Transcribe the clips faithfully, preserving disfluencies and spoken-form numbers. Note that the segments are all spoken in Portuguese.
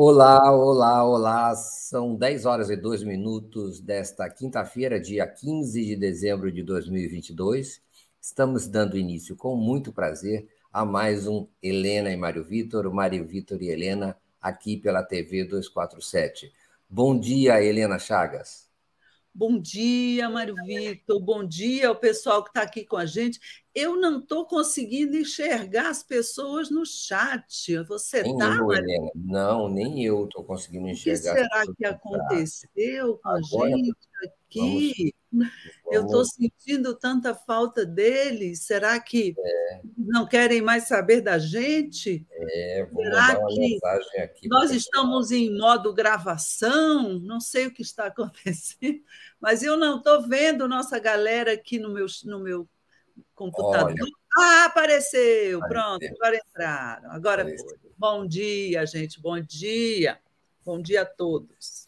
Olá, olá, olá. São dez horas e dois minutos desta quinta-feira, dia quinze de dezembro de dois mil e vinte e dois. Estamos dando início com muito prazer a mais um Helena e Mário Vitor, Mário Vitor e Helena, aqui pela T V duzentos e quarenta e sete. Bom dia, Helena Chagas. Bom dia, Mário Vitor. Bom dia ao pessoal que está aqui com a gente. Eu não estou conseguindo enxergar as pessoas no chat. Você Nem está, eu, Mário? Helena. Não, nem eu estou conseguindo O que enxergar as será pessoas que no chat. aconteceu com a Agora gente vamos, aqui? Eu estou vamos. sentindo tanta falta deles. Será que não querem mais saber da gente? É, vou mandar Será uma que mensagem aqui para o nós pessoal. estamos em modo gravação? Não sei o que está acontecendo, mas eu não estou vendo nossa galera aqui no meu, no meu computador. Olha, Ah, apareceu! Pronto, apareceu, agora entraram. Agora foi. apareceu. Bom dia, gente. Bom dia. Bom dia a todos.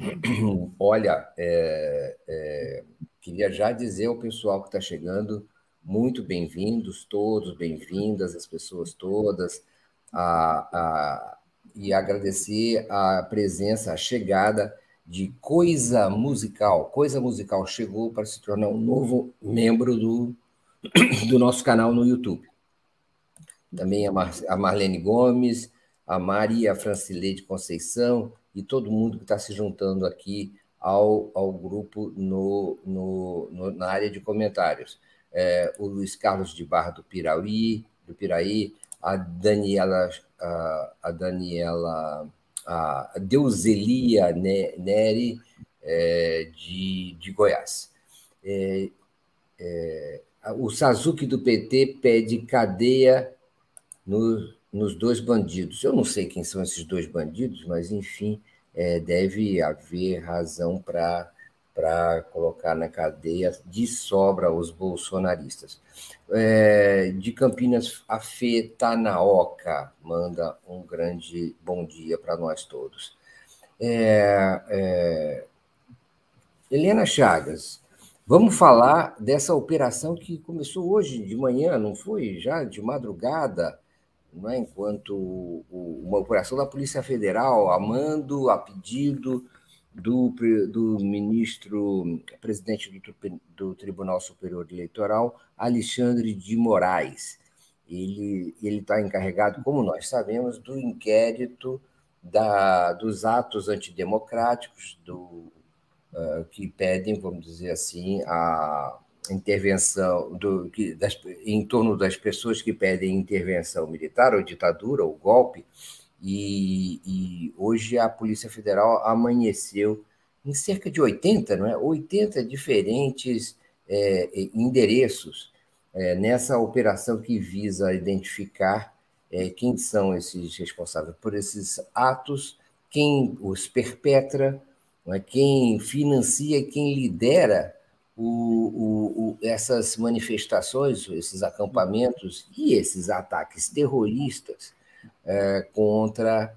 Olha, é, é, queria já dizer ao pessoal que está chegando, muito bem-vindos, todos bem-vindas, as pessoas todas, a, a, e agradecer a presença, a chegada de Coisa Musical. Coisa Musical chegou para se tornar um novo membro do, do nosso canal no YouTube. Também a, Mar, a Marlene Gomes, a Maria Francileide Conceição e todo mundo que está se juntando aqui ao, ao grupo no, no, no, na área de comentários. É, o Luiz Carlos de Barra do Piraí, do Piraí, a Daniela, a, a Daniela, a Deuselia Neri, é, de, de Goiás. É, é, o Sazuki do P T pede cadeia no, nos dois bandidos. Eu não sei quem são esses dois bandidos, mas, enfim, é, deve haver razão para para colocar na cadeia de sobra os bolsonaristas. É, de Campinas, a Fê Tanaoka manda um grande bom dia para nós todos. É, é, Helena Chagas, vamos falar dessa operação que começou hoje de manhã, não foi? Já de madrugada, não é? Enquanto uma operação da Polícia Federal, a mando, a pedido do, do ministro, presidente do, do Tribunal Superior Eleitoral, Alexandre de Moraes. Ele está encarregado, como nós sabemos, do inquérito da, dos atos antidemocráticos, do, uh, que pedem, vamos dizer assim, a intervenção do, que, das, em torno das pessoas que pedem intervenção militar ou ditadura ou golpe, e, e hoje a Polícia Federal amanheceu em cerca de oitenta, não é? oitenta diferentes é, endereços é, nessa operação que visa identificar é, quem são esses responsáveis por esses atos, quem os perpetra, não é? Quem financia, quem lidera o, o, o, essas manifestações, esses acampamentos e esses ataques terroristas é, contra,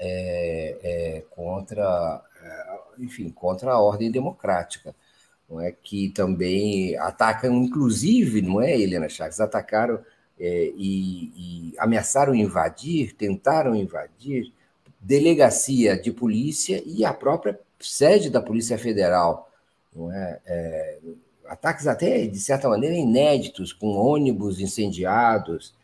é, é, contra, enfim, contra a ordem democrática, não é? Que também atacam, inclusive, não é, Helena Chagas, atacaram é, e, e ameaçaram invadir, tentaram invadir delegacia de polícia e a própria sede da Polícia Federal, não é? É, ataques até, de certa maneira, inéditos, com ônibus incendiados,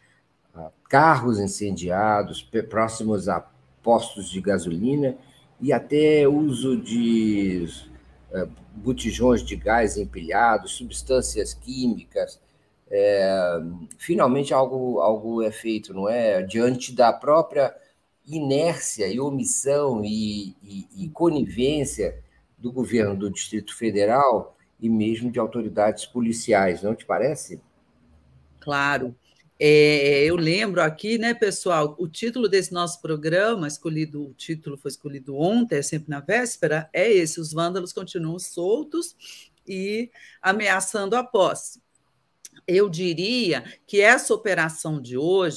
carros incendiados, próximos a postos de gasolina e até uso de uh, botijões de gás empilhados, substâncias químicas. É, finalmente algo, algo é feito, não é? Diante da própria inércia e omissão e, e, e conivência do governo do Distrito Federal e mesmo de autoridades policiais, não te parece? Claro. É, eu lembro aqui, né, pessoal, o título desse nosso programa, escolhido, o título foi escolhido ontem, é sempre na véspera, é esse: os vândalos continuam soltos e ameaçando a posse. Eu diria que essa operação de hoje,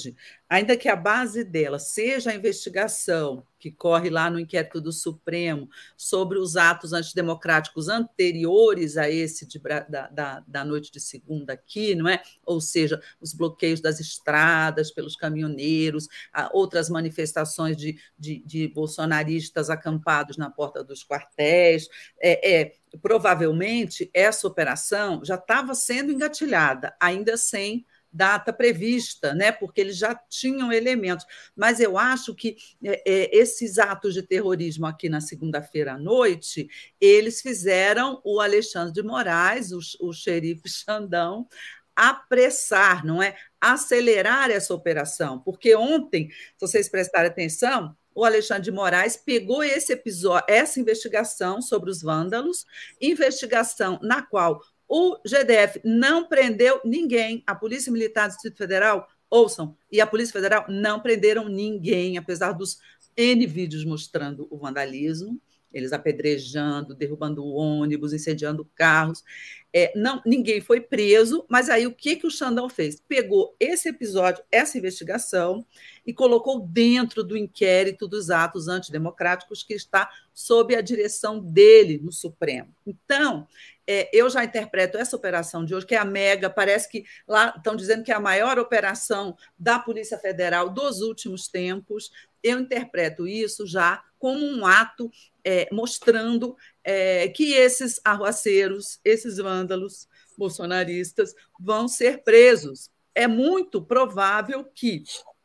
ainda que a base dela seja a investigação que corre lá no inquérito do Supremo sobre os atos antidemocráticos anteriores a esse de, da, da, da noite de segunda aqui, não é? Ou seja, os bloqueios das estradas pelos caminhoneiros, outras manifestações de, de, de bolsonaristas acampados na porta dos quartéis. É, é, provavelmente, essa operação já estava sendo engatilhada, ainda sem data prevista, né? Porque eles já tinham elementos. Mas eu acho que é, é, esses atos de terrorismo aqui na segunda-feira à noite, eles fizeram o Alexandre de Moraes, o, o xerife Xandão, apressar, não é? Acelerar essa operação. Porque ontem, se vocês prestarem atenção, o Alexandre de Moraes pegou esse episódio, essa investigação sobre os vândalos, investigação na qual o G D F não prendeu ninguém, a Polícia Militar do Distrito Federal, ouçam, e a Polícia Federal não prenderam ninguém, apesar dos N vídeos mostrando o vandalismo, eles apedrejando, derrubando ônibus, incendiando carros. É, não, ninguém foi preso, mas aí o que, que o Xandão fez? Pegou esse episódio, essa investigação, e colocou dentro do inquérito dos atos antidemocráticos que está sob a direção dele no Supremo. Então, é, eu já interpreto essa operação de hoje, que é a mega, parece que lá estão dizendo que é a maior operação da Polícia Federal dos últimos tempos. Eu interpreto isso já como um ato é, mostrando é, que esses arruaceiros, esses vândalos bolsonaristas vão ser presos. É muito provável que,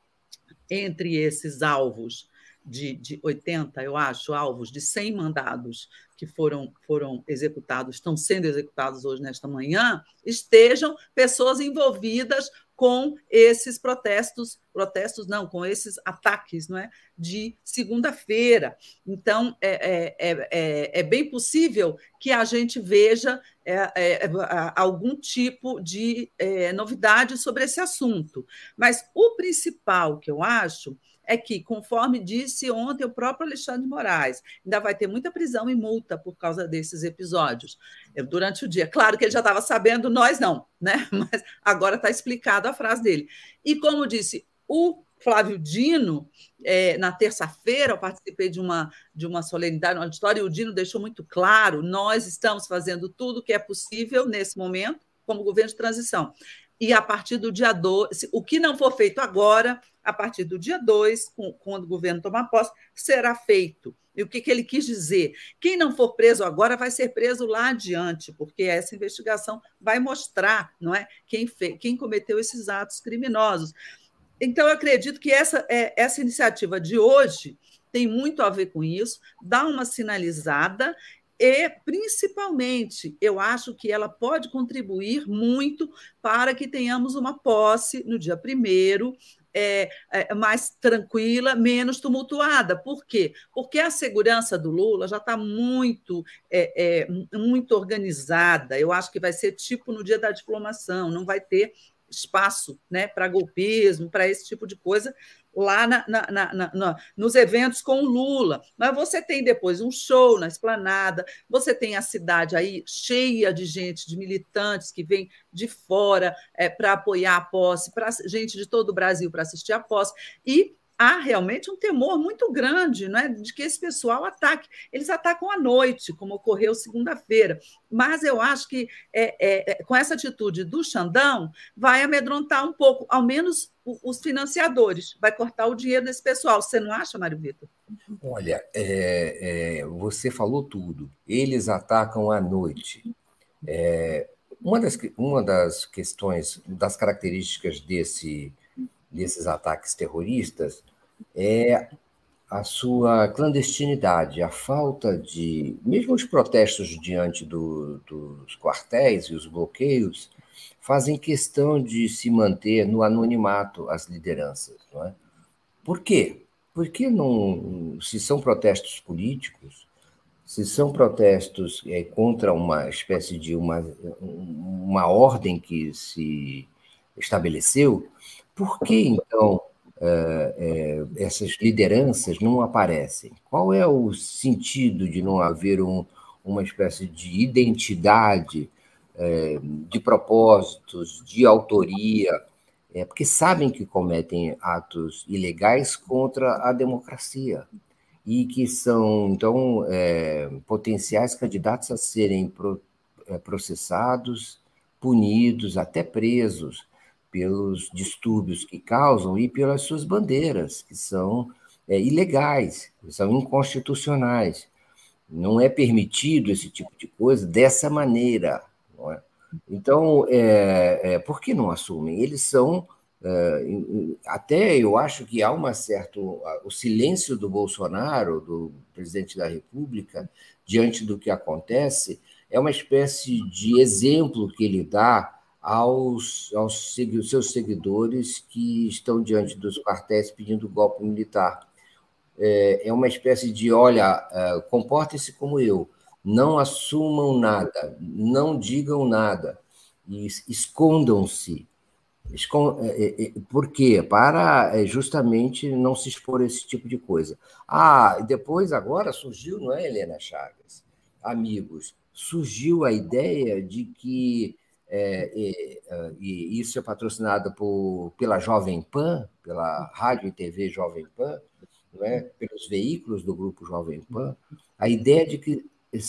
entre esses alvos de, de oitenta, eu acho, alvos de cem mandados que foram, foram executados, estão sendo executados hoje, nesta manhã, estejam pessoas envolvidas com esses protestos, protestos não, com esses ataques, não é, de segunda-feira. Então, é, é, é, é bem possível que a gente veja é, é, algum tipo de é, novidade sobre esse assunto. Mas o principal que eu acho é que, conforme disse ontem o próprio Alexandre de Moraes, ainda vai ter muita prisão e multa por causa desses episódios durante o dia. Claro que ele já estava sabendo, nós não, né? Mas agora está explicado a frase dele. E, como disse o Flávio Dino, é, na terça-feira, eu participei de uma, de uma solenidade, uma história, e o Dino deixou muito claro: nós estamos fazendo tudo o que é possível nesse momento, como governo de transição. E a partir do dia dois, o que não for feito agora, a partir do dia dois, quando o governo tomar posse, será feito. E o que, que ele quis dizer? Quem não for preso agora vai ser preso lá adiante, porque essa investigação vai mostrar, não é, quem, fez, quem cometeu esses atos criminosos. Então, eu acredito que essa, essa iniciativa de hoje tem muito a ver com isso, dá uma sinalizada. E, principalmente, eu acho que ela pode contribuir muito para que tenhamos uma posse no dia primeiro, é, é, mais tranquila, menos tumultuada. Por quê? Porque a segurança do Lula já está muito, é, é, muito organizada. Eu acho que vai ser tipo no dia da diplomação, não vai ter espaço, né, para golpismo, para esse tipo de coisa, lá na, na, na, na, nos eventos com o Lula. Mas você tem depois um show na Esplanada, você tem a cidade aí cheia de gente, de militantes que vêm de fora é, para apoiar a posse, para gente de todo o Brasil para assistir a posse, e há realmente um temor muito grande, não é, de que esse pessoal ataque. Eles atacam à noite, como ocorreu segunda-feira, mas eu acho que é, é, com essa atitude do Xandão vai amedrontar um pouco, ao menos os financiadores, vai cortar o dinheiro desse pessoal. Você não acha, Mário Vitor? Olha, é, é, você falou tudo. Eles atacam à noite. É, uma, das, uma das questões, das características desse, desses ataques terroristas é a sua clandestinidade, a falta de... Mesmo os protestos diante do, dos quartéis e os bloqueios fazem questão de se manter no anonimato as lideranças, não é? Por quê? Porque não, se são protestos políticos, se são protestos é, contra uma espécie de uma, uma ordem que se estabeleceu, por que, então, é, é, essas lideranças não aparecem? Qual é o sentido de não haver um, uma espécie de identidade, é, de propósitos, de autoria? é, porque sabem que cometem atos ilegais contra a democracia e que são, então, é, potenciais candidatos a serem pro, é, processados, punidos, até presos pelos distúrbios que causam e pelas suas bandeiras, que são é, ilegais, são inconstitucionais. Não é permitido esse tipo de coisa dessa maneira, não é? Então, é, é, por que não assumem? Eles são, é, até eu acho que há uma certa, o silêncio do Bolsonaro, do presidente da República, diante do que acontece, é uma espécie de exemplo que ele dá aos, aos seus seguidores que estão diante dos quartéis pedindo golpe militar. É uma espécie de, olha, comportem-se como eu, não assumam nada, não digam nada, escondam-se. Por quê? Para justamente não se expor a esse tipo de coisa. Ah, depois agora surgiu, não é, Helena Chagas? Amigos, surgiu a ideia de que, é, é, e isso é patrocinado por, pela Jovem Pan, pela Rádio e T V Jovem Pan, não é? Pelos veículos do Grupo Jovem Pan, a ideia de que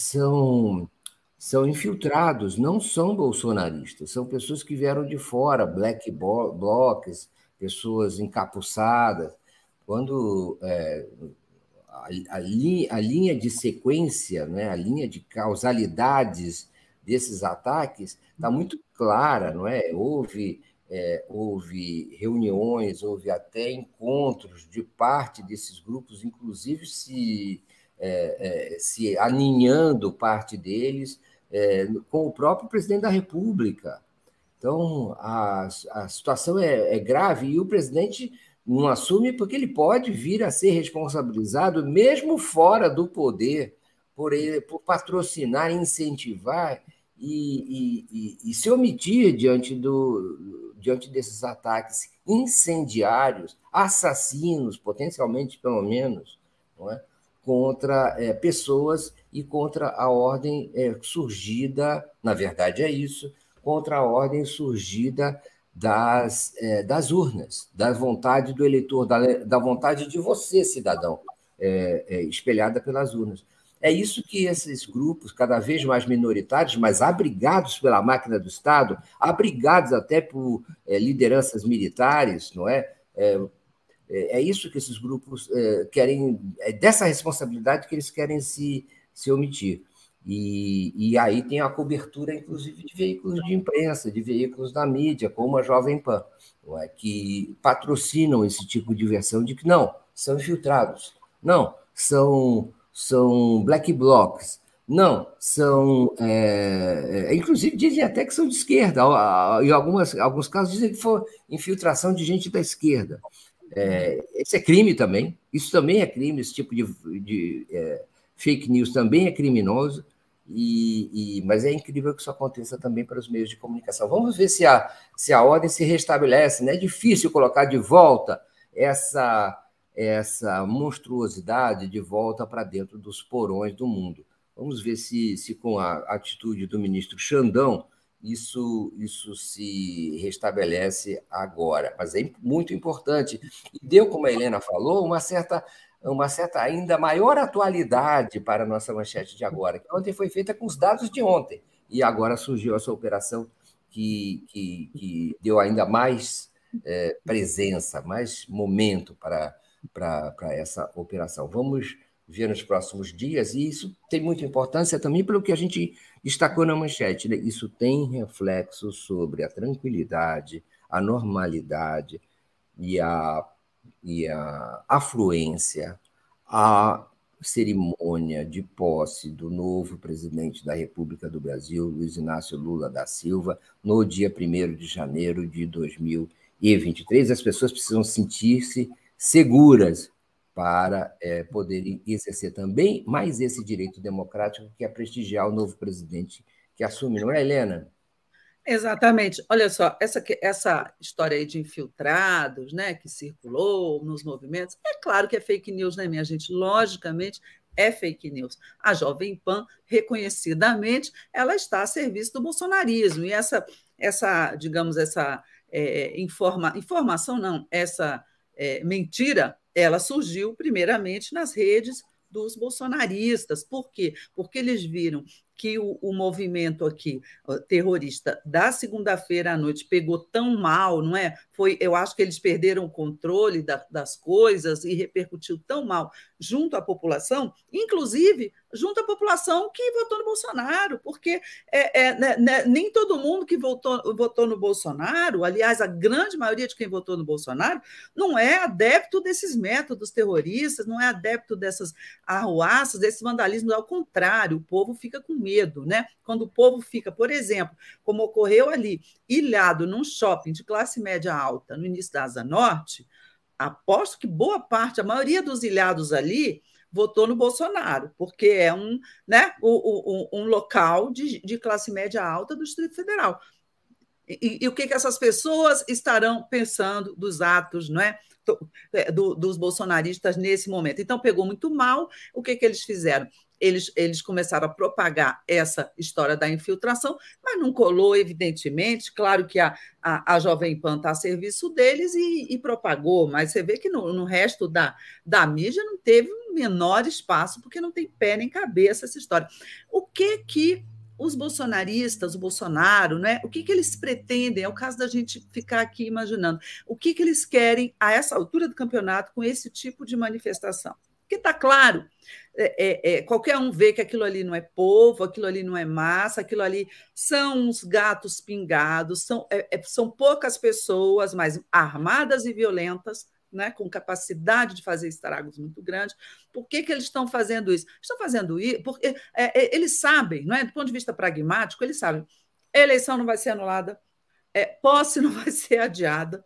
são, são infiltrados, não são bolsonaristas, são pessoas que vieram de fora, black blocs, pessoas encapuçadas. Quando é, a, a, linha, a linha de sequência, né, a linha de causalidades desses ataques está muito clara, não é? Houve É, houve reuniões, houve até encontros de parte desses grupos, inclusive se, é, é, se aninhando parte deles é, com o próprio presidente da República. Então, a, a situação é, é grave e o presidente não assume porque ele pode vir a ser responsabilizado, mesmo fora do poder, por, ele, por patrocinar, incentivar e, e, e, e se omitir diante, do, diante desses ataques incendiários, assassinos, potencialmente, pelo menos, não é? Contra é, pessoas e contra a ordem é, surgida, na verdade é isso, contra a ordem surgida das, é, das urnas, da vontade do eleitor, da, da vontade de você, cidadão, é, é, espelhada pelas urnas. É isso que esses grupos, cada vez mais minoritários, mas abrigados pela máquina do Estado, abrigados até por é, lideranças militares, não é? É, é isso que esses grupos é, querem, é dessa responsabilidade que eles querem se, se omitir. E, e aí tem a cobertura, inclusive, de veículos de imprensa, de veículos da mídia, como a Jovem Pan, não é? Que patrocinam esse tipo de versão de que não, são infiltrados, não, são, são black blocs, não, são. É, inclusive, dizem até que são de esquerda, em algumas, alguns casos dizem que foi infiltração de gente da esquerda. É, esse é crime também, isso também é crime, esse tipo de, de é, fake news também é criminoso, e, e, mas é incrível que isso aconteça também para os meios de comunicação. Vamos ver se a, se a ordem se restabelece, né? É difícil colocar de volta essa, essa monstruosidade de volta para dentro dos porões do mundo. Vamos ver se, se com a atitude do ministro Xandão Isso, isso se restabelece agora, mas é muito importante. E deu, como a Helena falou, uma certa, uma certa ainda maior atualidade para a nossa manchete de agora, que ontem foi feita com os dados de ontem, e agora surgiu essa operação que, que, que deu ainda mais é, presença, mais momento para, para, para essa operação. Vamos ver nos próximos dias, e isso tem muita importância também pelo que a gente destacou na manchete, né? Isso tem reflexo sobre a tranquilidade, a normalidade e a, e a afluência, a cerimônia de posse do novo presidente da República do Brasil, Luiz Inácio Lula da Silva, no dia primeiro de janeiro de dois mil e vinte e três. As pessoas precisam sentir-se seguras para é, poderem exercer também mais esse direito democrático que é prestigiar o novo presidente que assume, não é, Helena? Exatamente. Olha só, essa, essa história aí de infiltrados, né, que circulou nos movimentos, é claro que é fake news, né, minha gente? Logicamente, é fake news. A Jovem Pan, reconhecidamente, ela está a serviço do bolsonarismo. E essa, essa digamos, essa é, informa, informação, não, essa é, mentira, ela surgiu primeiramente nas redes dos bolsonaristas. Por quê? Porque eles viram que o, o movimento aqui terrorista da segunda-feira à noite pegou tão mal, não é? Foi, eu acho que eles perderam o controle da, das coisas e repercutiu tão mal junto à população, inclusive junto à população que votou no Bolsonaro, porque é, é, né, né, nem todo mundo que votou, votou no Bolsonaro, aliás, a grande maioria de quem votou no Bolsonaro, não é adepto desses métodos terroristas, não é adepto dessas arruaças, desse vandalismo, ao contrário, o povo fica com medo, né? Quando o povo fica, por exemplo, como ocorreu ali, ilhado num shopping de classe média alta no início da Asa Norte, aposto que boa parte, a maioria dos ilhados ali votou no Bolsonaro, porque é um, né, um, um, um local de, de classe média alta do Distrito Federal. E, e o que, que essas pessoas estarão pensando dos atos, não é? Do, dos bolsonaristas nesse momento? Então, pegou muito mal. O que, que eles fizeram? Eles, eles começaram a propagar essa história da infiltração, mas não colou, evidentemente. Claro que a, a, a Jovem Pan está a serviço deles e, e propagou, mas você vê que no, no resto da, da mídia não teve o menor espaço, porque não tem pé nem cabeça essa história. O que que os bolsonaristas, o Bolsonaro, né? O que, que eles pretendem? É o caso da gente ficar aqui imaginando. O que, que eles querem a essa altura do campeonato com esse tipo de manifestação? Porque está claro, é, é, qualquer um vê que aquilo ali não é povo, aquilo ali não é massa, aquilo ali são uns gatos pingados, são, é, é, são poucas pessoas, mas armadas e violentas, né, com capacidade de fazer estragos muito grandes. Por que, que eles estão fazendo isso? Estão fazendo isso porque é, é, eles sabem, não é? Do ponto de vista pragmático, eles sabem, a eleição não vai ser anulada, é, posse não vai ser adiada,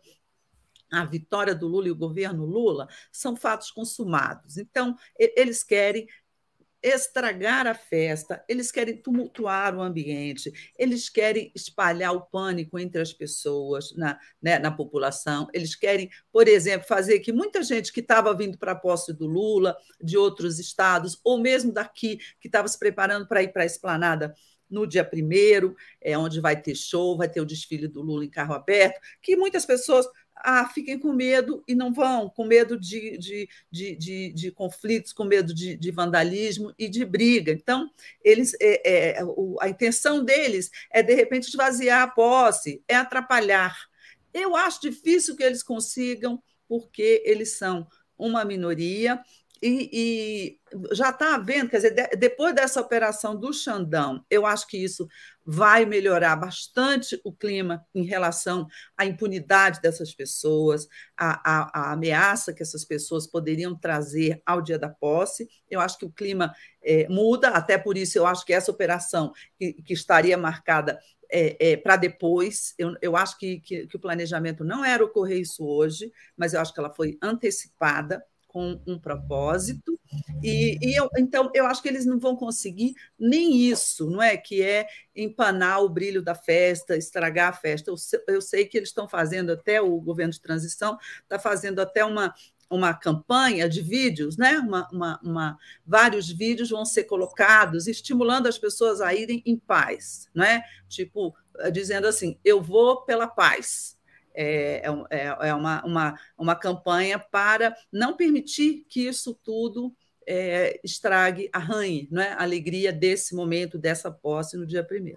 a vitória do Lula e o governo Lula são fatos consumados. Então, eles querem estragar a festa, eles querem tumultuar o ambiente, eles querem espalhar o pânico entre as pessoas, na, né, na população, eles querem, por exemplo, fazer que muita gente que estava vindo para a posse do Lula, de outros estados, ou mesmo daqui, que estava se preparando para ir para a Esplanada no dia primeiro, é, onde vai ter show, vai ter o desfile do Lula em carro aberto, que muitas pessoas ah, fiquem com medo e não vão, com medo de, de, de, de, de conflitos, com medo de, de vandalismo e de briga. Então, eles, é, é, a intenção deles é, de repente, esvaziar a posse, é atrapalhar. Eu acho difícil que eles consigam, porque eles são uma minoria. E, e já está havendo, quer dizer, de, depois dessa operação do Xandão, eu acho que isso vai melhorar bastante o clima em relação à impunidade dessas pessoas, à, à, à ameaça que essas pessoas poderiam trazer ao dia da posse. Eu acho que o clima é, muda, até por isso eu acho que essa operação que, que estaria marcada É, é, para depois. Eu, eu acho que, que, que o planejamento não era ocorrer isso hoje, mas eu acho que ela foi antecipada com um propósito, e, e eu, então eu acho que eles não vão conseguir nem isso, não é? Que é empanar o brilho da festa, estragar a festa. Eu, eu sei que eles estão fazendo, até o governo de transição está fazendo até uma, uma campanha de vídeos, né? Uma, uma, uma, vários vídeos vão ser colocados, estimulando as pessoas a irem em paz, não é? Tipo, dizendo assim, eu vou pela paz. É, é, é uma, uma, uma campanha para não permitir que isso tudo é, estrague, arranhe, não é? A alegria desse momento, dessa posse no dia primeiro.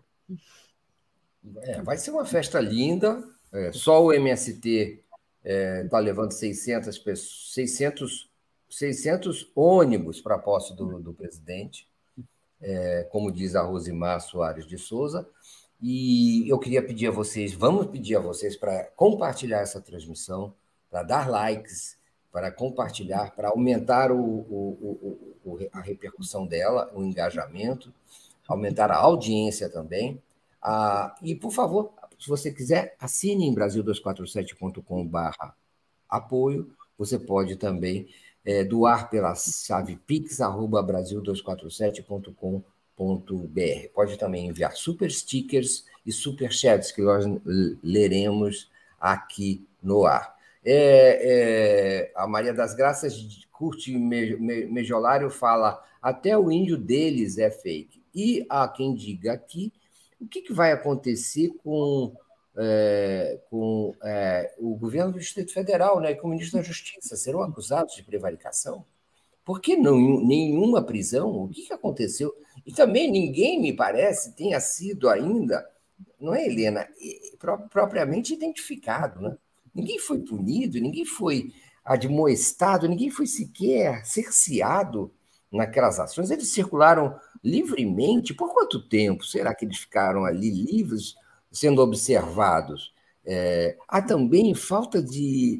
É, vai ser uma festa linda, é, só o M S T está é, levando seiscentas pessoas, seiscentos, seiscentos ônibus para a posse do, do presidente, é, como diz a Rosimar Soares de Souza. E eu queria pedir a vocês, vamos pedir a vocês para compartilhar essa transmissão, para dar likes, para compartilhar, para aumentar o, o, o, a repercussão dela, o engajamento, aumentar a audiência também. Ah, e, por favor, se você quiser, assine em brasil duzentos e quarenta e sete ponto com barra apoio. Você pode também é, doar pela chave pix, arroba brasil duzentos e quarenta e sete ponto com ponto br. Pode também enviar super stickers e super chats que nós leremos aqui no ar. É, é, a Maria das Graças curte Mejolário, fala até o índio deles é fake. E há quem diga aqui o que, que vai acontecer com é, com é, o governo do Distrito Federal, né, e com o ministro da Justiça. Serão acusados de prevaricação? Por que não nenhuma prisão? O que aconteceu? E também ninguém, me parece, tenha sido ainda, não é, Helena, propriamente identificado, né? Ninguém foi punido, ninguém foi admoestado, ninguém foi sequer cerceado naquelas ações. Eles circularam livremente. Por quanto tempo será que eles ficaram ali livres, sendo observados? É, há também falta de...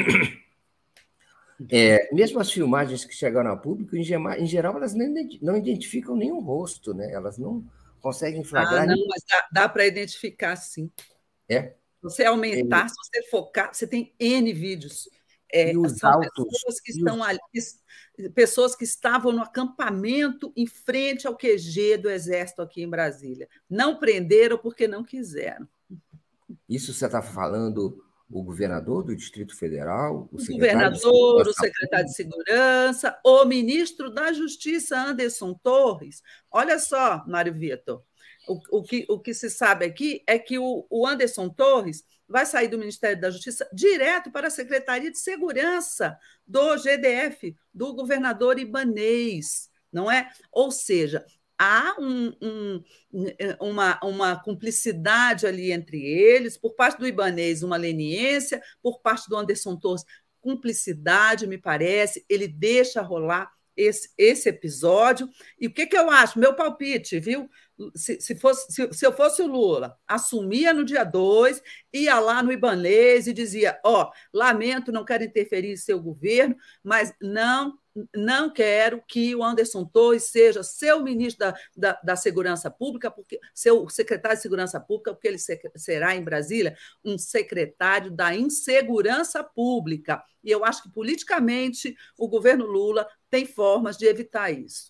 É, mesmo as filmagens que chegaram a público, em geral, em geral elas nem, não identificam nenhum rosto, né? Elas não conseguem flagrar. Ah, não, mas dá, dá para identificar, sim. É. Você aumentar, é. Se você focar, você tem N vídeos. É, e os são autos, pessoas que estão os... ali, pessoas que estavam no acampamento em frente ao Q G do Exército aqui em Brasília. Não prenderam porque não quiseram. Isso você está falando o governador do Distrito Federal, o, o governador, o secretário de Segurança, o ministro da Justiça, Anderson Torres. Olha só, Mário Vitor, o, o, que, o que se sabe aqui é que o, o Anderson Torres vai sair do Ministério da Justiça direto para a Secretaria de Segurança do G D F, do governador Ibanez, não é? Ou seja, há um, um, uma, uma cumplicidade ali entre eles, por parte do Ibanez, uma leniência, por parte do Anderson Torres, cumplicidade, me parece, ele deixa rolar esse, esse episódio. E o que, que eu acho? Meu palpite, viu? Se, se, fosse, se, se eu fosse o Lula, assumia no dia dois, ia lá no Ibanez e dizia, ó, oh, lamento, não quero interferir em seu governo, mas não não quero que o Anderson Torres seja seu ministro da, da, da Segurança Pública, porque seu secretário de Segurança Pública, porque ele será em Brasília um secretário da Insegurança Pública. E eu acho que, politicamente, o governo Lula tem formas de evitar isso.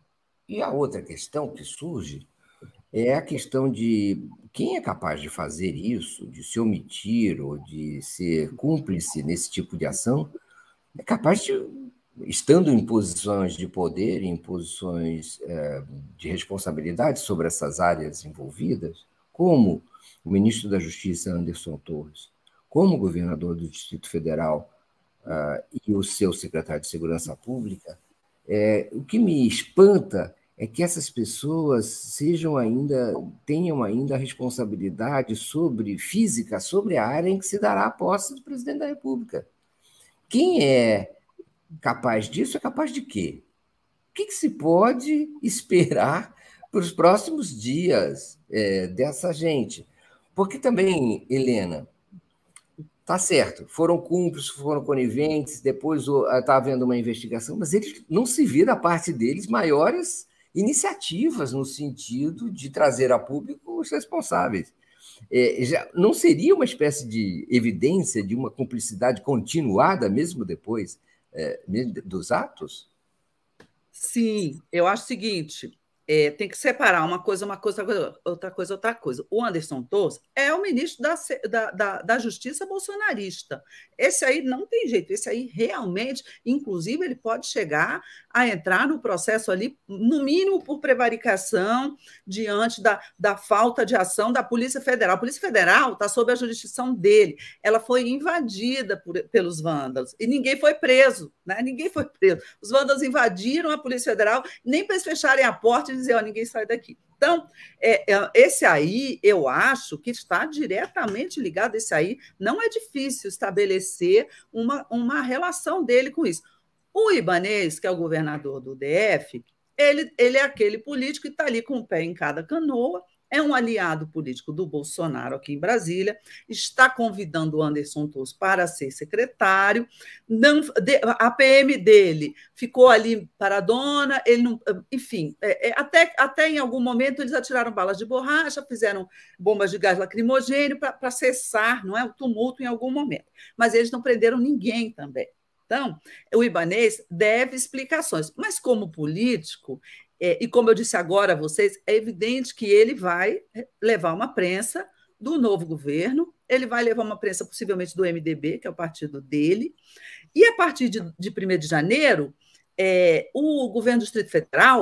E a outra questão que surge é a questão de quem é capaz de fazer isso, de se omitir ou de ser cúmplice nesse tipo de ação, é capaz de... estando em posições de poder, em posições é, de responsabilidade sobre essas áreas envolvidas, como o ministro da Justiça, Anderson Torres, como o governador do Distrito Federal uh, e o seu secretário de Segurança Pública, é, o que me espanta é que essas pessoas sejam ainda, tenham ainda a responsabilidade sobre física, sobre a área em que se dará a posse do presidente da República. Quem é capaz disso é capaz de quê? O que, que se pode esperar para os próximos dias é, dessa gente? Porque também, Helena, tá certo, foram cúmplices, foram coniventes, depois está havendo uma investigação, mas eles não se vê da parte deles maiores iniciativas no sentido de trazer a público os responsáveis. É, já não seria uma espécie de evidência de uma cumplicidade continuada mesmo depois É, dos atos? Sim, eu acho o seguinte, é, tem que separar uma coisa, uma coisa, outra coisa, outra coisa. O Anderson Torres é o ministro da, da, da, da Justiça bolsonarista. Esse aí não tem jeito, esse aí realmente, inclusive, ele pode chegar a entrar no processo ali, no mínimo por prevaricação, diante da, da falta de ação da Polícia Federal. A Polícia Federal está sob a jurisdição dele. Ela foi invadida por, pelos vândalos e ninguém foi preso, né? Ninguém foi preso. Os vândalos invadiram a Polícia Federal, nem para eles fecharem a porta e dizer, ó, ninguém sai daqui. Então, é, esse aí, eu acho que está diretamente ligado, esse aí, não é difícil estabelecer uma, uma relação dele com isso. O Ibanez, que é o governador do D F, ele, ele é aquele político que está ali com o pé em cada canoa, é um aliado político do Bolsonaro aqui em Brasília, está convidando o Anderson Torres para ser secretário, não, a P M dele ficou ali paradona, ele não, enfim, é, é, até, até em algum momento eles atiraram balas de borracha, fizeram bombas de gás lacrimogêneo para cessar, não é, o tumulto em algum momento, mas eles não prenderam ninguém também. Então, o Ibanez deve explicações, mas como político, é, e como eu disse agora a vocês, é evidente que ele vai levar uma prensa do novo governo, ele vai levar uma prensa possivelmente do M D B, que é o partido dele, e a partir de, de primeiro de janeiro, é, o governo do Distrito Federal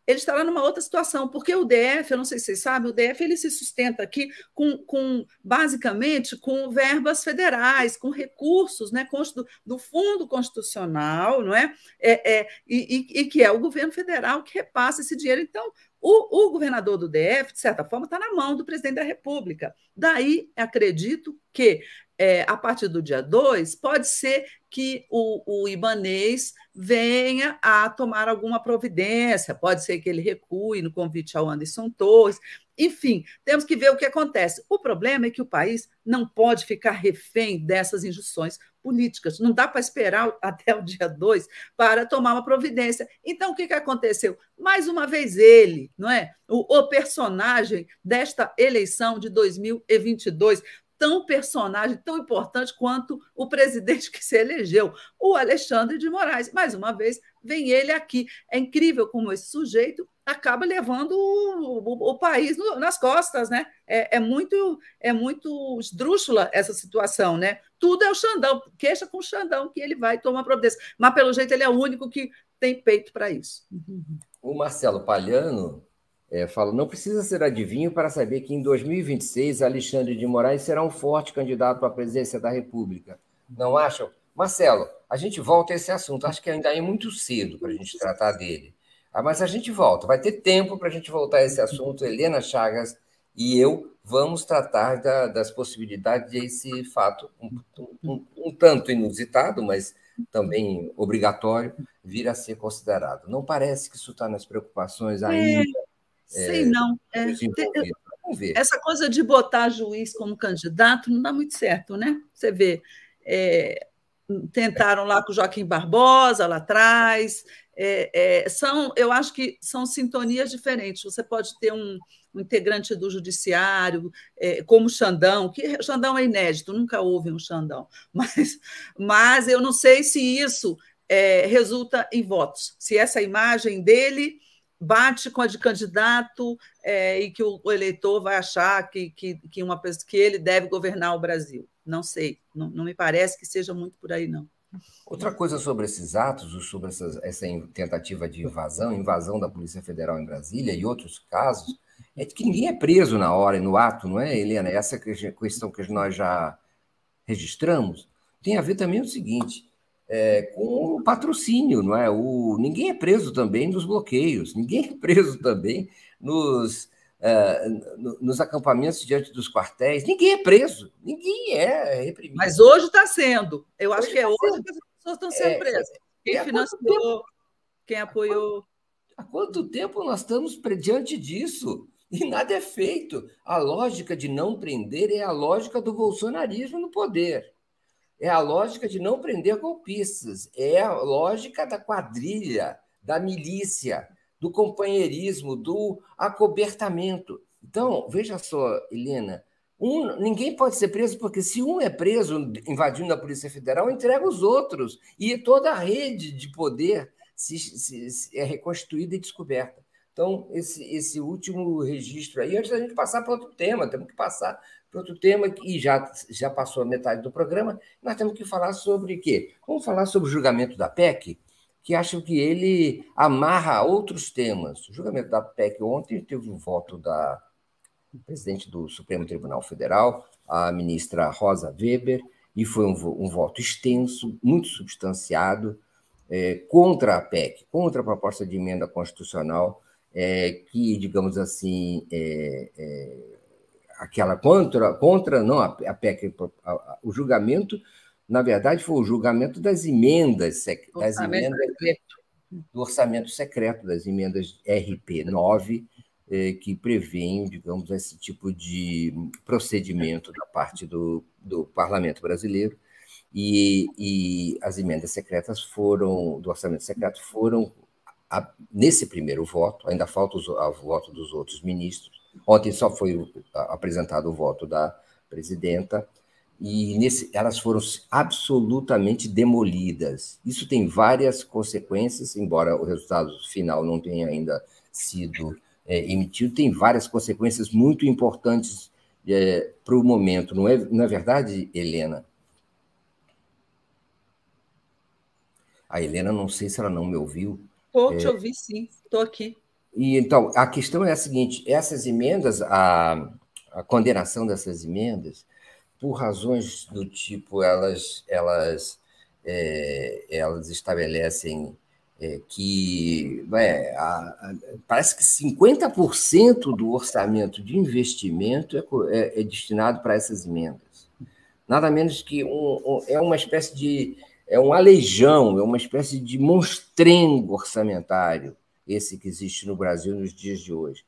ele estará numa outra situação, porque o D F, eu não sei se vocês sabem, o D F ele se sustenta aqui com, com basicamente com verbas federais, com recursos, né, do Fundo Constitucional, não é? É, é e, e, e que é o governo federal que repassa esse dinheiro. Então, o, o governador do D F, de certa forma, está na mão do presidente da República. Daí, acredito que, é, a partir do dia dois, pode ser que o, o Ibanez venha a tomar alguma providência, pode ser que ele recue no convite ao Anderson Torres, enfim, temos que ver o que acontece. O problema é que o país não pode ficar refém dessas injunções políticas, não dá para esperar até o dia dois para tomar uma providência. Então, o que, que aconteceu? Mais uma vez ele, não é? O, o personagem desta eleição de dois mil e vinte e dois, tão personagem, tão importante quanto o presidente que se elegeu, o Alexandre de Moraes. Mais uma vez, vem ele aqui. É incrível como esse sujeito acaba levando o, o, o país no, nas costas, né? É, é, muito, é muito esdrúxula essa situação, né? Tudo é o Xandão, queixa com o Xandão que ele vai tomar providência. Mas, pelo jeito, ele é o único que tem peito para isso. O Marcelo Palhano É, falo, não precisa ser adivinho para saber que em dois mil e vinte e seis Alexandre de Moraes será um forte candidato à presidência da República. Não acham? Marcelo, a gente volta a esse assunto. Acho que ainda é muito cedo para a gente tratar dele. Ah, mas a gente volta. Vai ter tempo para a gente voltar a esse assunto. Helena Chagas e eu vamos tratar da, das possibilidades desse fato um, um, um tanto inusitado, mas também obrigatório, vir a ser considerado. Não parece que isso está nas preocupações ainda. É. Sei, não. É, Vamos ver. Essa coisa de botar juiz como candidato não dá muito certo, né? Você vê, é, tentaram lá com o Joaquim Barbosa, lá atrás. É, é, são, eu acho que são sintonias diferentes. Você pode ter um, um integrante do judiciário, é, como o Xandão, que o Xandão é inédito, nunca houve um Xandão, mas, mas eu não sei se isso é, resulta em votos, se essa imagem dele bate com a de candidato, é, e que o, o eleitor vai achar que, que, que, uma, que ele deve governar o Brasil. Não sei, não, não me parece que seja muito por aí, não. Outra coisa sobre esses atos, sobre essas, essa tentativa de invasão, invasão da Polícia Federal em Brasília e outros casos, é que ninguém é preso na hora e no ato, não é, Helena? Essa questão que nós já registramos tem a ver também com o seguinte... É, com o patrocínio, não é? O, ninguém é preso também nos bloqueios, ninguém é preso também nos, é, nos acampamentos diante dos quartéis, ninguém é preso, niném é reprimido. Mas hoje está sendo, eu acho hoje que é tá hoje sendo. Que as pessoas estão sendo é, presas. Quem é, financiou, quem apoiou. Há quanto tempo nós estamos diante disso? E nada é feito. A lógica de não prender é a lógica do bolsonarismo no poder. É a lógica de não prender golpistas, é a lógica da quadrilha, da milícia, do companheirismo, do acobertamento. Então, veja só, Helena, um, ninguém pode ser preso porque se um é preso invadindo a Polícia Federal, entrega os outros, e toda a rede de poder se, se, se é reconstituída e descoberta. Então, esse, esse último registro aí, antes da gente passar para outro tema, temos que passar para outro tema, e já, já passou a metade do programa, nós temos que falar sobre o quê? Vamos falar sobre o julgamento da P E C, que acho que ele amarra outros temas. O julgamento da P E C ontem teve um voto da presidente do Supremo Tribunal Federal, a ministra Rosa Weber, e foi um, um voto extenso, muito substanciado, é, contra a P E C, contra a proposta de emenda constitucional, é, que, digamos assim, é, é, aquela contra, contra não, a P E C, a, a, o julgamento, na verdade, foi o julgamento das emendas, das emendas do orçamento secreto, das emendas R P nove, eh, que prevêem, digamos, esse tipo de procedimento da parte do, do Parlamento brasileiro, e, e as emendas secretas foram, do orçamento secreto foram, a, nesse primeiro voto, ainda falta os, o voto dos outros ministros. Ontem só foi apresentado o voto da presidenta, e nesse, elas foram absolutamente demolidas. Isso tem várias consequências, embora o resultado final não tenha ainda sido é, emitido, tem várias consequências muito importantes é, para o momento. Não é, não é verdade, Helena? A Helena, não sei se ela não me ouviu. Estou te ouvindo, sim. Estou aqui. E, então, a questão é a seguinte: essas emendas, a, a condenação dessas emendas, por razões do tipo, elas, elas, é, elas estabelecem é, que é, a, a, parece que cinquenta por cento do orçamento de investimento é, é, é destinado para essas emendas. Nada menos que um, um, é uma espécie de é um aleijão, é uma espécie de monstrengo orçamentário, esse que existe no Brasil nos dias de hoje.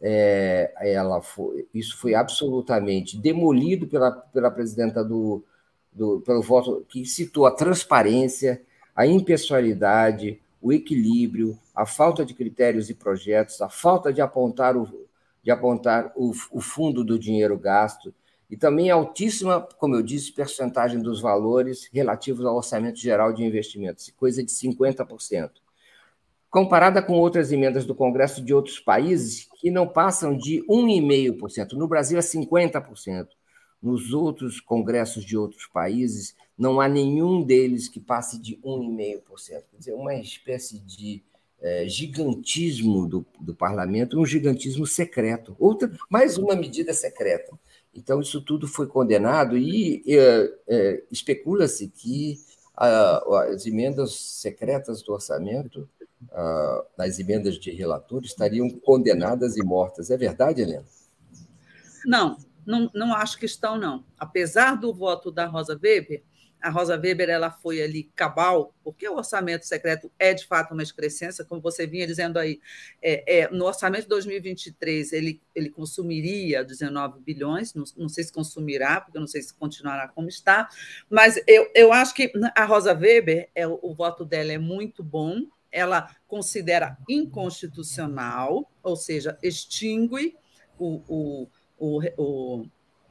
É, ela foi, isso foi absolutamente demolido pela, pela presidenta do, do pelo voto que citou a transparência, a impessoalidade, o equilíbrio, a falta de critérios e projetos, a falta de apontar o, de apontar o, o fundo do dinheiro gasto, e também altíssima, como eu disse, percentagem dos valores relativos ao orçamento geral de investimentos, coisa de cinquenta por cento. Comparada com outras emendas do Congresso de outros países, que não passam de um vírgula cinco por cento. No Brasil é cinquenta por cento. Nos outros congressos de outros países, não há nenhum deles que passe de um vírgula cinco por cento. Quer dizer, uma espécie de é, gigantismo do, do parlamento, um gigantismo secreto. Outra, mais uma medida secreta. Então, isso tudo foi condenado e é, é, especula-se que a, as emendas secretas do orçamento, a, as emendas de relator, estariam condenadas e mortas. É verdade, Helena? Não, não, não acho que estão, não. Apesar do voto da Rosa Weber, a Rosa Weber ela foi ali cabal, porque o orçamento secreto é, de fato, uma excrescência, como você vinha dizendo aí. É, é, no orçamento de dois mil e vinte e três, ele, ele consumiria dezenove bilhões, não, não sei se consumirá, porque eu não sei se continuará como está, mas eu, eu acho que a Rosa Weber, é, o, o voto dela é muito bom, ela considera inconstitucional, ou seja, extingue o, o, o, o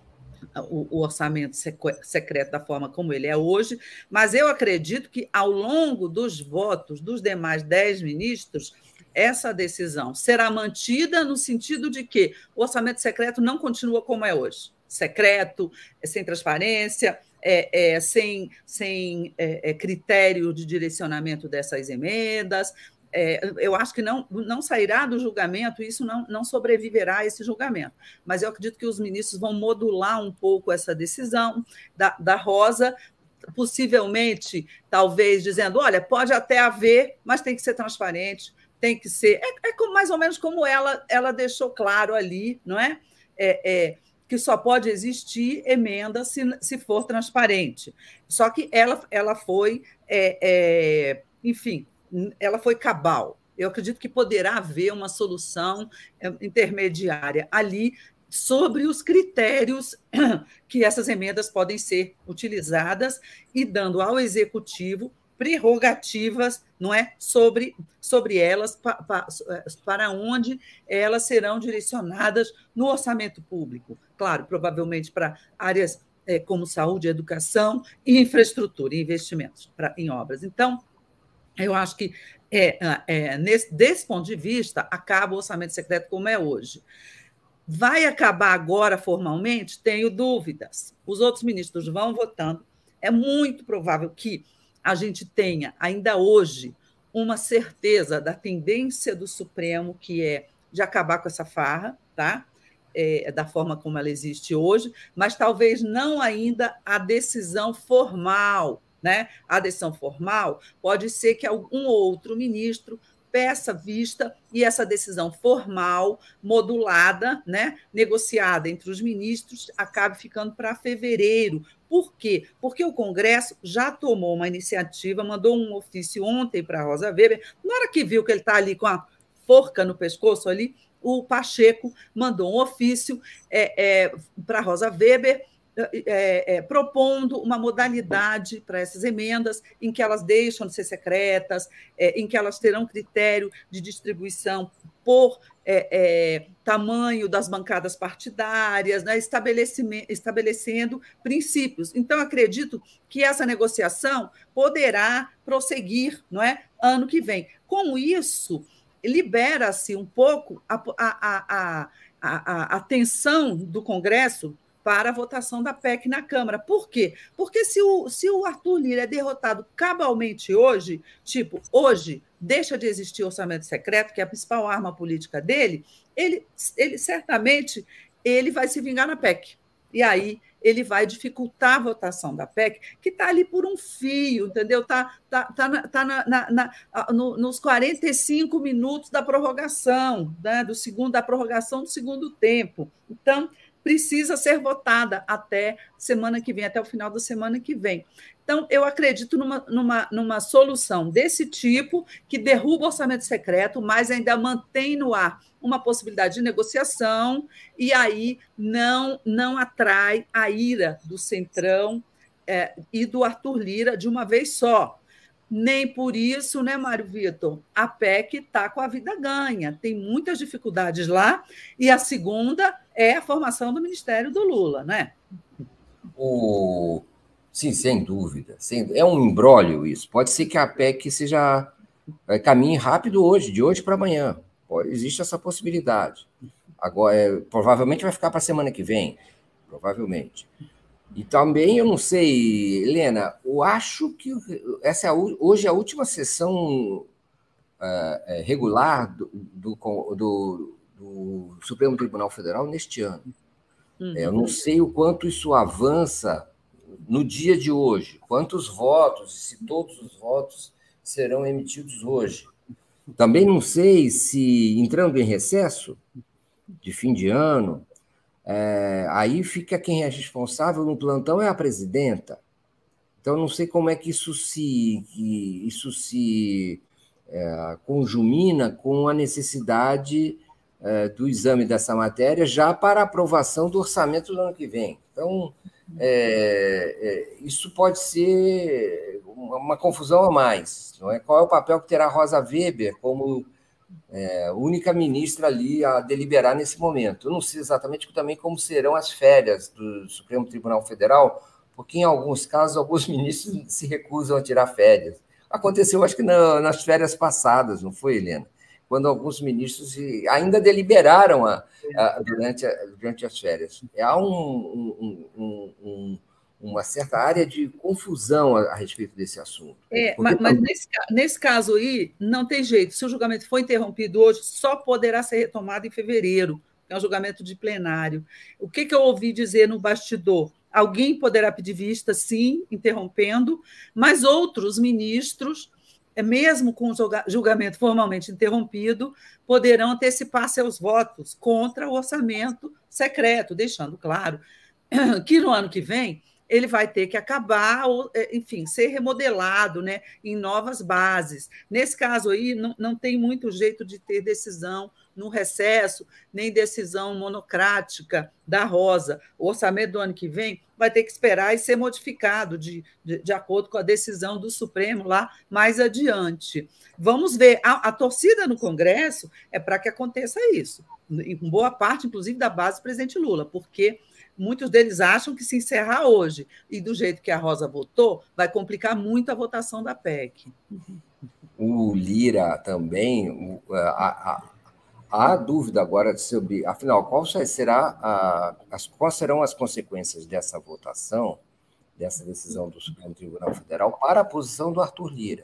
o orçamento secreto da forma como ele é hoje, mas eu acredito que, ao longo dos votos dos demais dez ministros, essa decisão será mantida no sentido de que o orçamento secreto não continua como é hoje, secreto, sem transparência, é, é, sem, sem é, é, critério de direcionamento dessas emendas. É, eu acho que não, não sairá do julgamento, isso não, não sobreviverá a esse julgamento. Mas eu acredito que os ministros vão modular um pouco essa decisão da, da Rosa, possivelmente, talvez, dizendo, olha, pode até haver, mas tem que ser transparente, tem que ser... É, é mais ou menos como ela, ela deixou claro ali, não é? É, é que só pode existir emenda se, se for transparente. Só que ela, ela foi, é, é, enfim, ela foi cabal. Eu acredito que poderá haver uma solução intermediária ali sobre os critérios que essas emendas podem ser utilizadas e dando ao executivo prerrogativas, não é, sobre, sobre elas, pa, pa, para onde elas serão direcionadas no orçamento público. Claro, provavelmente para áreas é, como saúde, educação e infraestrutura, e investimentos pra, em obras. Então, eu acho que, é, é, nesse, desse ponto de vista, acaba o orçamento secreto como é hoje. Vai acabar agora formalmente? Tenho dúvidas. Os outros ministros vão votando. É muito provável que a gente tenha, ainda hoje, uma certeza da tendência do Supremo, que é de acabar com essa farra, tá? É, da forma como ela existe hoje, mas talvez não ainda a decisão formal. Né? A decisão formal pode ser que algum outro ministro peça vista e essa decisão formal, modulada, né, negociada entre os ministros, acabe ficando para fevereiro. Por quê? Porque o Congresso já tomou uma iniciativa, mandou um ofício ontem para a Rosa Weber, na hora que viu que ele está ali com a forca no pescoço ali, o Pacheco mandou um ofício é, é, para a Rosa Weber, É, é, propondo uma modalidade para essas emendas em que elas deixam de ser secretas, é, em que elas terão critério de distribuição por é, é, tamanho das bancadas partidárias, né, estabelecendo princípios. Então, acredito que essa negociação poderá prosseguir, não é, ano que vem. Com isso, libera-se um pouco a, a, a, a, a atenção do Congresso para a votação da P E C na Câmara. Por quê? Porque se o, se o Arthur Lira é derrotado cabalmente hoje, tipo, hoje deixa de existir orçamento secreto, que é a principal arma política dele, ele, ele certamente ele vai se vingar na P E C. E aí ele vai dificultar a votação da P E C, que está ali por um fio, entendeu? Está tá, tá na, tá na, na, na, no, nos quarenta e cinco minutos da prorrogação, né? do segundo, da prorrogação do segundo tempo. Então, precisa ser votada até semana que vem, até o final da semana que vem. Então, eu acredito numa, numa, numa solução desse tipo, que derruba o orçamento secreto, mas ainda mantém no ar uma possibilidade de negociação, e aí não, não atrai a ira do Centrão é, e do Arthur Lira de uma vez só. Nem por isso, né, Mário Vitor? A P E C está com a vida ganha, tem muitas dificuldades lá, e a segunda é a formação do Ministério do Lula, né? O... Sim, sem dúvida. Sem... É um imbróglio isso. Pode ser que a P E C seja caminhe rápido hoje, de hoje para amanhã. Existe essa possibilidade. Agora, é, provavelmente vai ficar para a semana que vem, provavelmente. E também, eu não sei, Helena, eu acho que essa é a, hoje é a última sessão uh, regular do, do, do, do Supremo Tribunal Federal neste ano. Uhum. Eu não sei o quanto isso avança no dia de hoje, quantos votos, se todos os votos serão emitidos hoje. Também não sei se, entrando em recesso de fim de ano, É, aí fica quem é responsável no plantão é a presidenta. Então, não sei como é que isso se, que isso se é, conjumina com a necessidade é, do exame dessa matéria já para aprovação do orçamento do ano que vem. Então, é, é, isso pode ser uma, uma confusão a mais. Não é? Qual é o papel que terá a Rosa Weber como É, única ministra ali a deliberar nesse momento? Eu não sei exatamente também como serão as férias do Supremo Tribunal Federal, porque em alguns casos alguns ministros se recusam a tirar férias. Aconteceu, acho que na, nas férias passadas, não foi, Helena? Quando alguns ministros ainda deliberaram a, a, durante, a, durante as férias. Há um, um, um, um uma certa área de confusão a, a respeito desse assunto. É, mas mas nesse, nesse caso aí, não tem jeito. Se o julgamento for interrompido hoje, só poderá ser retomado em fevereiro, que é um julgamento de plenário. O que, que eu ouvi dizer no bastidor? Alguém poderá pedir vista, sim, interrompendo, mas outros ministros, mesmo com o julgamento formalmente interrompido, poderão antecipar seus votos contra o orçamento secreto, deixando claro que no ano que vem ele vai ter que acabar, ou, enfim, ser remodelado, né, em novas bases. Nesse caso aí, não, não tem muito jeito de ter decisão no recesso, nem decisão monocrática da Rosa. O orçamento do ano que vem vai ter que esperar e ser modificado de, de, de acordo com a decisão do Supremo lá mais adiante. Vamos ver. A, a torcida no Congresso é para que aconteça isso, em boa parte, inclusive, da base do presidente Lula, porque muitos deles acham que se encerrar hoje e do jeito que a Rosa votou, vai complicar muito a votação da P E C. O Lira também, a, a, a dúvida agora sobre, afinal, qual será a, as, quais serão as consequências dessa votação, dessa decisão do Supremo Tribunal Federal para a posição do Arthur Lira.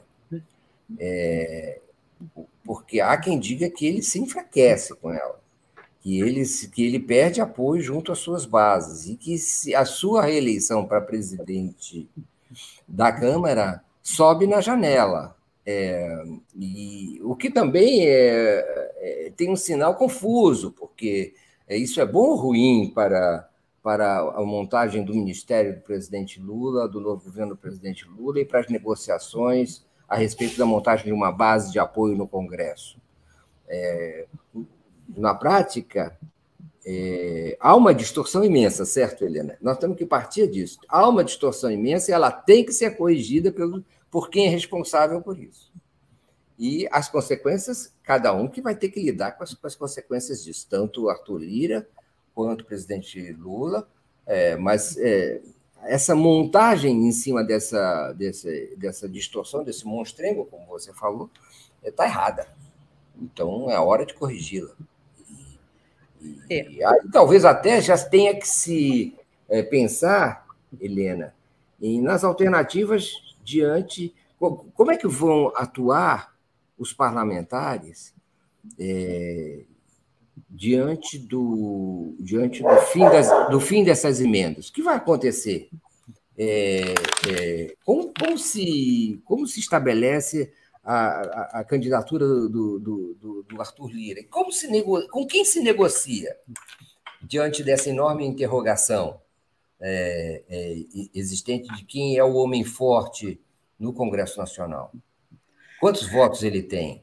É, porque há quem diga que ele se enfraquece com ela. Que ele, que ele perde apoio junto às suas bases e que se a sua reeleição para presidente da Câmara sobe na janela. É, e, o que também é, é, tem um sinal confuso, porque é, isso é bom ou ruim para, para a montagem do Ministério do presidente Lula, do novo governo do presidente Lula, e para as negociações a respeito da montagem de uma base de apoio no Congresso. É, Na prática, é, há uma distorção imensa, certo, Helena? Nós temos que partir disso. Há uma distorção imensa e ela tem que ser corrigida pelo, por quem é responsável por isso. E as consequências, cada um que vai ter que lidar com as, com as consequências disso, tanto o Arthur Lira quanto o presidente Lula, é, mas é, essa montagem em cima dessa, dessa, dessa distorção, desse monstrengo, como você falou, está errada. Então, é a hora de corrigi-la. E, é. e aí, talvez até já tenha que se é, pensar, Helena, em, nas alternativas diante... Como é que vão atuar os parlamentares é, diante, do, diante do, fim das, do fim dessas emendas? O que vai acontecer? É, é, como, como, se, como se estabelece a, a, a candidatura do, do, do, do Arthur Lira? Como se nego, com quem se negocia diante dessa enorme interrogação é, é, existente de quem é o homem forte no Congresso Nacional? Quantos votos ele tem?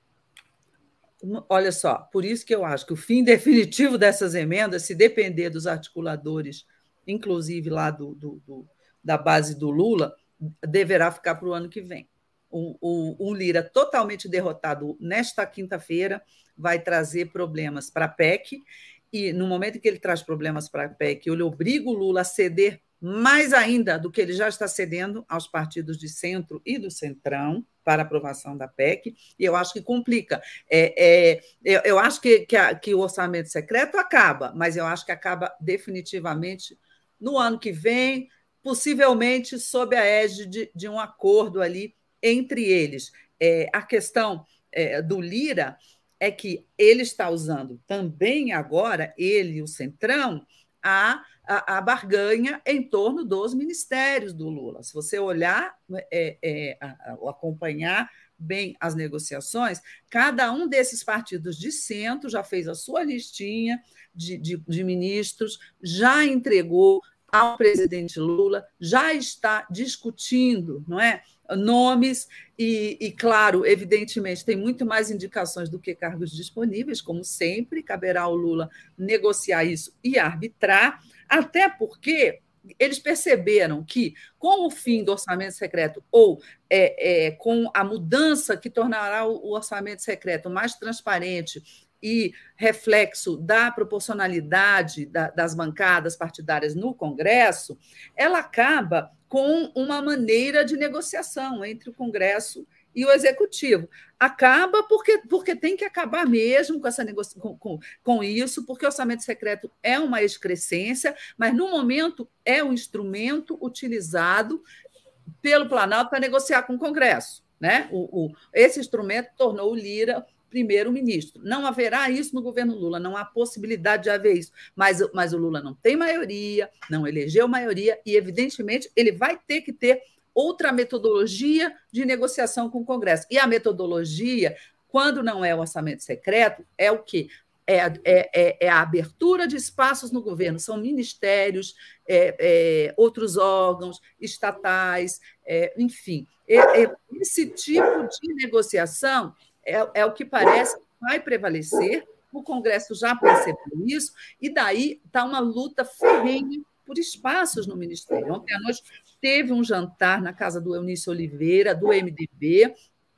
Olha só, por isso que eu acho que o fim definitivo dessas emendas, se depender dos articuladores, inclusive lá do, do, do da base do Lula, deverá ficar para o ano que vem. O, o, o Lira, totalmente derrotado nesta quinta-feira, vai trazer problemas para a P E C, e no momento em que ele traz problemas para a P E C, ele obriga o Lula a ceder mais ainda do que ele já está cedendo aos partidos de centro e do centrão para aprovação da P E C, e eu acho que complica. É, é, eu, eu acho que, que, a, que o orçamento secreto acaba, mas eu acho que acaba definitivamente no ano que vem, possivelmente sob a égide de, de um acordo ali entre eles. É, a questão é, do Lira é que ele está usando também agora, ele e o Centrão, a, a, a barganha em torno dos ministérios do Lula. Se você olhar, é, é, a, a, acompanhar bem as negociações, cada um desses partidos de centro já fez a sua listinha de, de, de ministros, já entregou ao presidente Lula, já está discutindo, não é, nomes e, e, claro, evidentemente, tem muito mais indicações do que cargos disponíveis, como sempre, caberá ao Lula negociar isso e arbitrar, até porque eles perceberam que, com o fim do orçamento secreto ou é, é, com a mudança que tornará o orçamento secreto mais transparente e reflexo da proporcionalidade das bancadas partidárias no Congresso, ela acaba com uma maneira de negociação entre o Congresso e o Executivo. Acaba porque, porque tem que acabar mesmo com, essa negocia- com, com, com isso, porque o orçamento secreto é uma excrescência, mas, no momento, é um instrumento utilizado pelo Planalto para negociar com o Congresso. Né? O, o, esse instrumento tornou o Lira primeiro-ministro. Não haverá isso no governo Lula, não há possibilidade de haver isso. Mas, mas o Lula não tem maioria, não elegeu maioria, e, evidentemente, ele vai ter que ter outra metodologia de negociação com o Congresso. E a metodologia, quando não é o orçamento secreto, é o quê? É, é, é, é a abertura de espaços no governo, são ministérios, é, é, outros órgãos estatais, é, enfim. É, é, esse tipo de negociação é, é o que parece que vai prevalecer, o Congresso já percebeu isso, e daí está uma luta ferrenha por espaços no Ministério. Ontem à noite teve um jantar na casa do Eunício Oliveira, do M D B,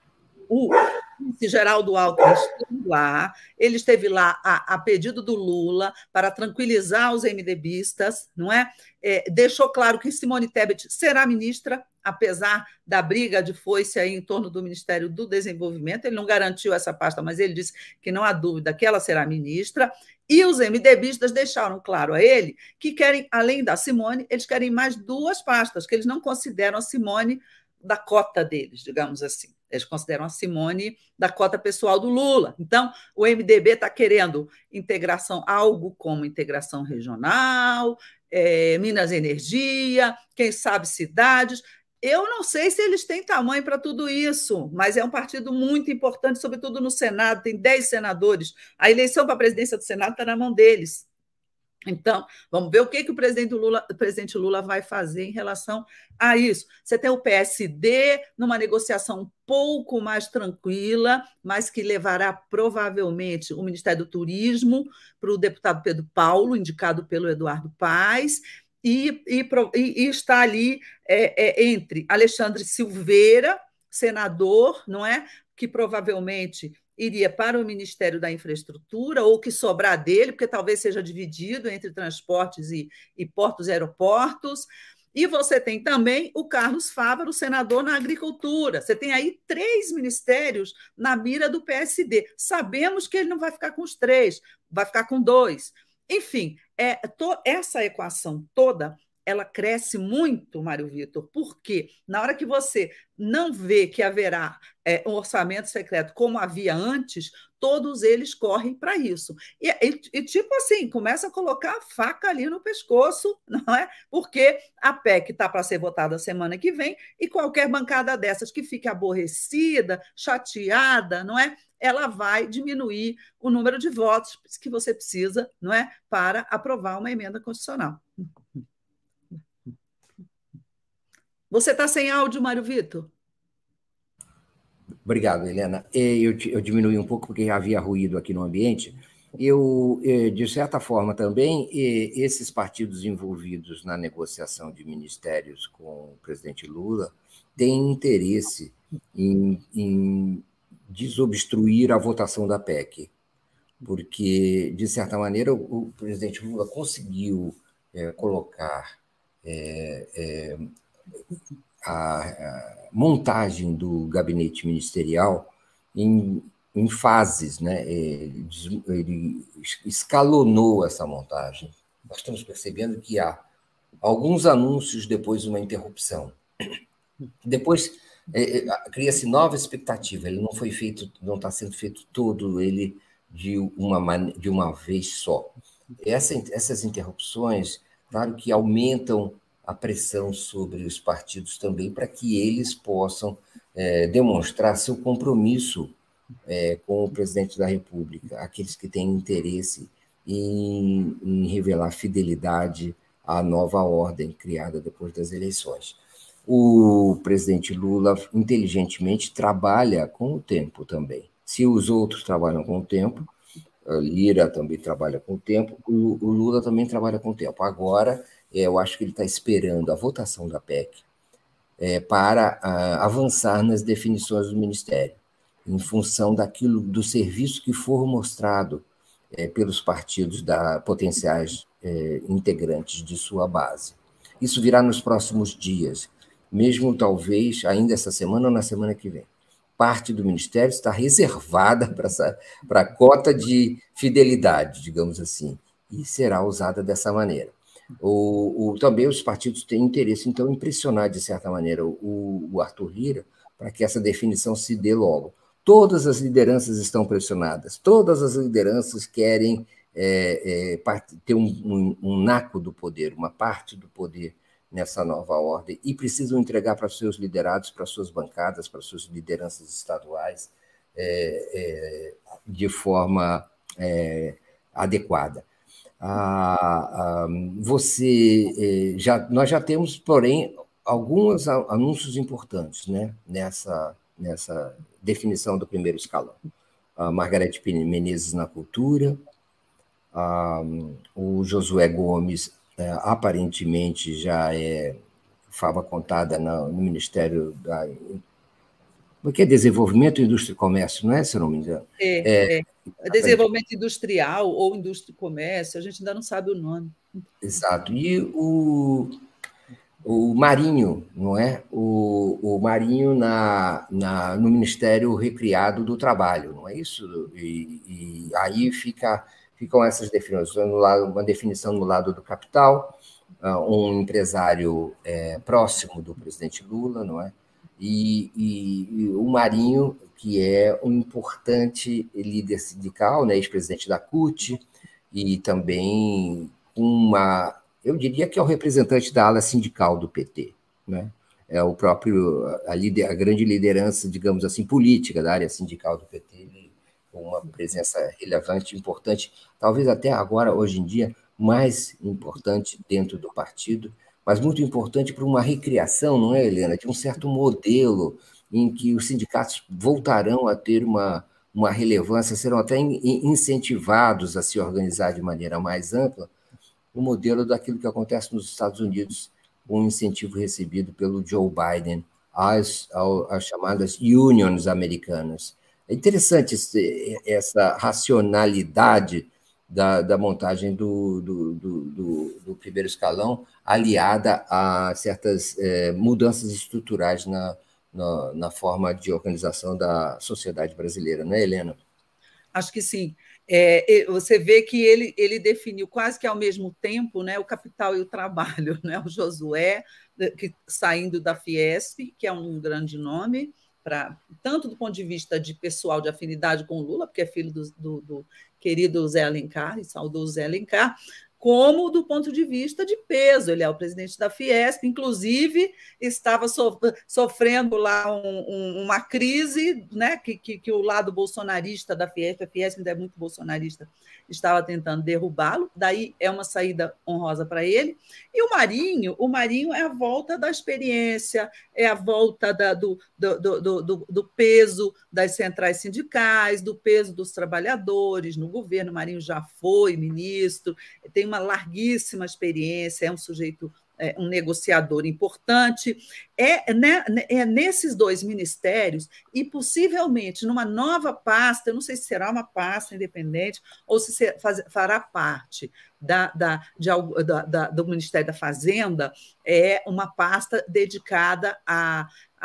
o vice-Geraldo Alckmin esteve lá, ele esteve lá a, a pedido do Lula para tranquilizar os MDBistas, não é? É, deixou claro que Simone Tebet será ministra, apesar da briga de foice aí em torno do Ministério do Desenvolvimento. Ele não garantiu essa pasta, mas ele disse que não há dúvida que ela será ministra. E os MDBistas deixaram claro a ele que querem, além da Simone, eles querem mais duas pastas, que eles não consideram a Simone da cota deles, digamos assim. Eles consideram a Simone da cota pessoal do Lula. Então, o M D B está querendo integração, algo como integração regional, é, Minas Energia, quem sabe cidades. Eu não sei se eles têm tamanho para tudo isso, mas é um partido muito importante, sobretudo no Senado, tem dez senadores. A eleição para a presidência do Senado está na mão deles. Então, vamos ver o que, que o, presidente Lula, o presidente Lula vai fazer em relação a isso. Você tem o P S D numa negociação um pouco mais tranquila, mas que levará provavelmente o Ministério do Turismo para o deputado Pedro Paulo, indicado pelo Eduardo Paes, e, e, e está ali é, é, entre Alexandre Silveira, senador, não é? Que provavelmente iria para o Ministério da Infraestrutura, ou que sobrar dele, porque talvez seja dividido entre transportes e, e portos e aeroportos. E você tem também o Carlos Fávaro, senador na Agricultura. Você tem aí três ministérios na mira do P S D. Sabemos que ele não vai ficar com os três, vai ficar com dois. Enfim, é, to, essa equação toda ela cresce muito, Mário Vitor, porque na hora que você não vê que haverá é, um orçamento secreto como havia antes, todos eles correm para isso. E, e, e, tipo assim, começa a colocar a faca ali no pescoço, não é? Porque a P E C está para ser votada semana que vem, e qualquer bancada dessas que fique aborrecida, chateada, não é? Ela vai diminuir o número de votos que você precisa, não é, para aprovar uma emenda constitucional. Você está sem áudio, Mário Vitor? Obrigado, Helena. Eu, eu diminui um pouco porque havia ruído aqui no ambiente. Eu, de certa forma, também, esses partidos envolvidos na negociação de ministérios com o presidente Lula têm interesse em, em desobstruir a votação da P E C, porque, de certa maneira, o, o presidente Lula conseguiu é, colocar é, é, a, a montagem do gabinete ministerial em, em fases, né? Ele, ele escalonou essa montagem. Nós estamos percebendo que há alguns anúncios, depois uma interrupção. Depois é, cria-se nova expectativa. Ele não foi feito, não está sendo feito todo ele de uma, de uma vez só. Essa, essas interrupções, claro que aumentam a pressão sobre os partidos também para que eles possam é, demonstrar seu compromisso é, com o presidente da República, aqueles que têm interesse em, em revelar fidelidade à nova ordem criada depois das eleições. O presidente Lula, inteligentemente, trabalha com o tempo também. Se os outros trabalham com o tempo, Lira também trabalha com o tempo, o Lula também trabalha com o tempo. Agora, eu acho que ele está esperando a votação da P E C é, para a, avançar nas definições do Ministério, em função daquilo, do serviço que for mostrado é, pelos partidos da, potenciais é, integrantes de sua base. Isso virá nos próximos dias, mesmo talvez ainda essa semana ou na semana que vem. Parte do Ministério está reservada para a cota de fidelidade, digamos assim, e será usada dessa maneira. O, o, também os partidos têm interesse, então, em pressionar, de certa maneira, o, o Arthur Lira para que essa definição se dê logo. Todas as lideranças estão pressionadas, todas as lideranças querem é, é, ter um, um, um naco do poder, uma parte do poder nessa nova ordem, e precisam entregar para seus liderados, para suas bancadas, para suas lideranças estaduais, é, é, de forma é, adequada. Ah, ah, você é, já, nós já temos, porém, alguns anúncios importantes, né, nessa, nessa definição do primeiro escalão. A Margarete Menezes na cultura, ah, o Josué Gomes é, aparentemente já é fava contada no, no Ministério da que é Desenvolvimento, Indústria e Comércio, não é, se eu não me engano? É, é. é. Desenvolvimento Industrial ou Indústria e Comércio, a gente ainda não sabe o nome. Exato. E o, o Marinho, não é? O, o Marinho na, na, no Ministério Recriado do Trabalho, não é isso? E, e aí fica, ficam essas definições, no lado, uma definição no lado do capital, um empresário é, próximo do presidente Lula, não é? E, e, e o Marinho, que é um importante líder sindical, né, ex-presidente da C U T, e também uma, eu diria que é o representante da ala sindical do P T, né? É o próprio, a, lider, a grande liderança, digamos assim, política da área sindical do P T, ele, com uma presença relevante, importante, talvez até agora, hoje em dia, mais importante dentro do partido, mas muito importante para uma recriação, não é, Helena, de um certo modelo em que os sindicatos voltarão a ter uma, uma relevância, serão até incentivados a se organizar de maneira mais ampla, o modelo daquilo que acontece nos Estados Unidos, com um incentivo recebido pelo Joe Biden às, às chamadas unions americanas. É interessante esse, essa racionalidade Da, da montagem do, do, do, do primeiro escalão, aliada a certas é, mudanças estruturais na, na, na forma de organização da sociedade brasileira, não é, Helena? Acho que sim. É, você vê que ele, ele definiu quase que ao mesmo tempo, né, o capital e o trabalho, né? O Josué, que, saindo da Fiesp, que é um grande nome, pra, tanto do ponto de vista de pessoal de afinidade com o Lula, porque é filho do, do, do querido Zé Alencar, e saudoso Zé Alencar, como do ponto de vista de peso. Ele é o presidente da Fiesp, inclusive estava sofrendo lá um, um, uma crise, né, que, que, que o lado bolsonarista da Fiesp, a Fiesp ainda é muito bolsonarista, estava tentando derrubá-lo, daí é uma saída honrosa para ele. E o Marinho, o Marinho é a volta da experiência, é a volta da, do, do, do, do, do peso das centrais sindicais, do peso dos trabalhadores no governo. O Marinho já foi ministro, tem uma larguíssima experiência, é um sujeito, é, um negociador importante. É, né, é nesses dois ministérios, e possivelmente numa nova pasta, eu não sei se será uma pasta independente ou se faz, fará parte da, da, de, da, da, do Ministério da Fazenda, é uma pasta dedicada a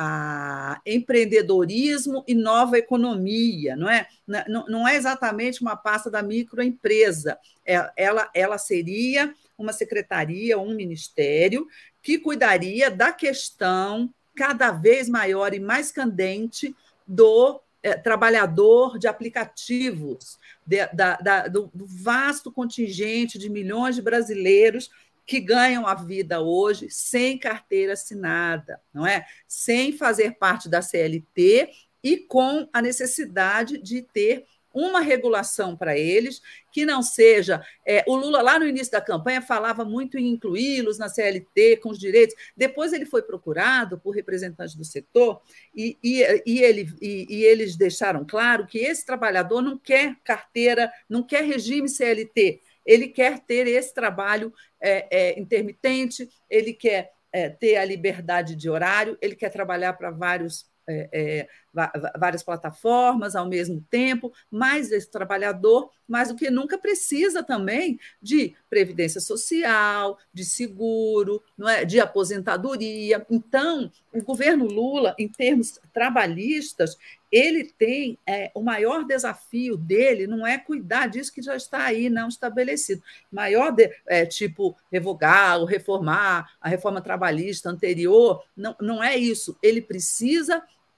a empreendedorismo e nova economia, não é? Não, não é exatamente uma pasta da microempresa, ela, ela seria uma secretaria, um ministério que cuidaria da questão cada vez maior e mais candente do é, trabalhador de aplicativos, de, da, da, do, do vasto contingente de milhões de brasileiros que ganham a vida hoje sem carteira assinada, não é? Sem fazer parte da C L T e com a necessidade de ter uma regulação para eles que não seja... É, o Lula, lá no início da campanha, falava muito em incluí-los na C L T, com os direitos. Depois ele foi procurado por representantes do setor e, e, e, ele, e, e eles deixaram claro que esse trabalhador não quer carteira, não quer regime C L T, ele quer ter esse trabalho é, é, intermitente, ele quer é, ter a liberdade de horário, ele quer trabalhar para vários, é, é, várias plataformas ao mesmo tempo, mas esse trabalhador, mais do que nunca, precisa também de previdência social, de seguro, não é? De aposentadoria. Então, o governo Lula, em termos trabalhistas, ele tem é, o maior desafio dele não é cuidar disso que já está aí não estabelecido. Maior de, é, tipo revogar ou reformar a reforma trabalhista anterior, não, não é isso. Ele precisa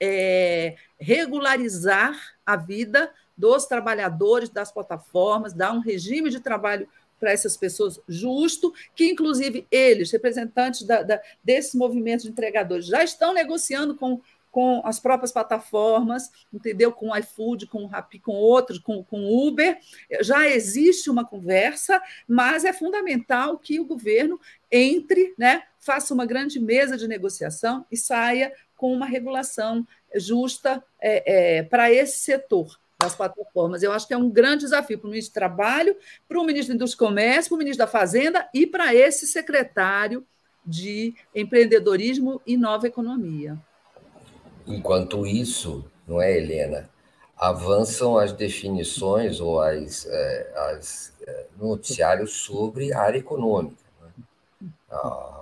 é, regularizar a vida dos trabalhadores das plataformas, dar um regime de trabalho para essas pessoas justo, que, inclusive, eles, representantes da, da, desse movimento de entregadores, já estão negociando com com as próprias plataformas, entendeu? Com o iFood, com o Rappi, com outros, com, com o Uber. Já existe uma conversa, mas é fundamental que o governo entre, né, faça uma grande mesa de negociação e saia com uma regulação justa é, é, para esse setor das plataformas. Eu acho que é um grande desafio para o ministro do Trabalho, para o ministro da Indústria e Comércio, para o ministro da Fazenda e para esse secretário de Empreendedorismo e Nova Economia. Enquanto isso, não é, Helena? Avançam as definições ou as, é, as é, noticiários sobre a área econômica. Né? Ah,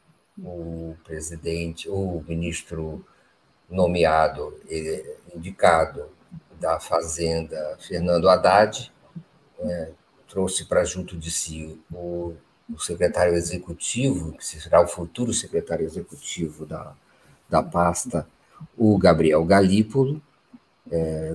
o presidente, o ministro nomeado, ele, indicado da Fazenda, Fernando Haddad, é, trouxe para junto de si o, o secretário executivo, que será o futuro secretário executivo da, da pasta, o Gabriel Galípolo, é,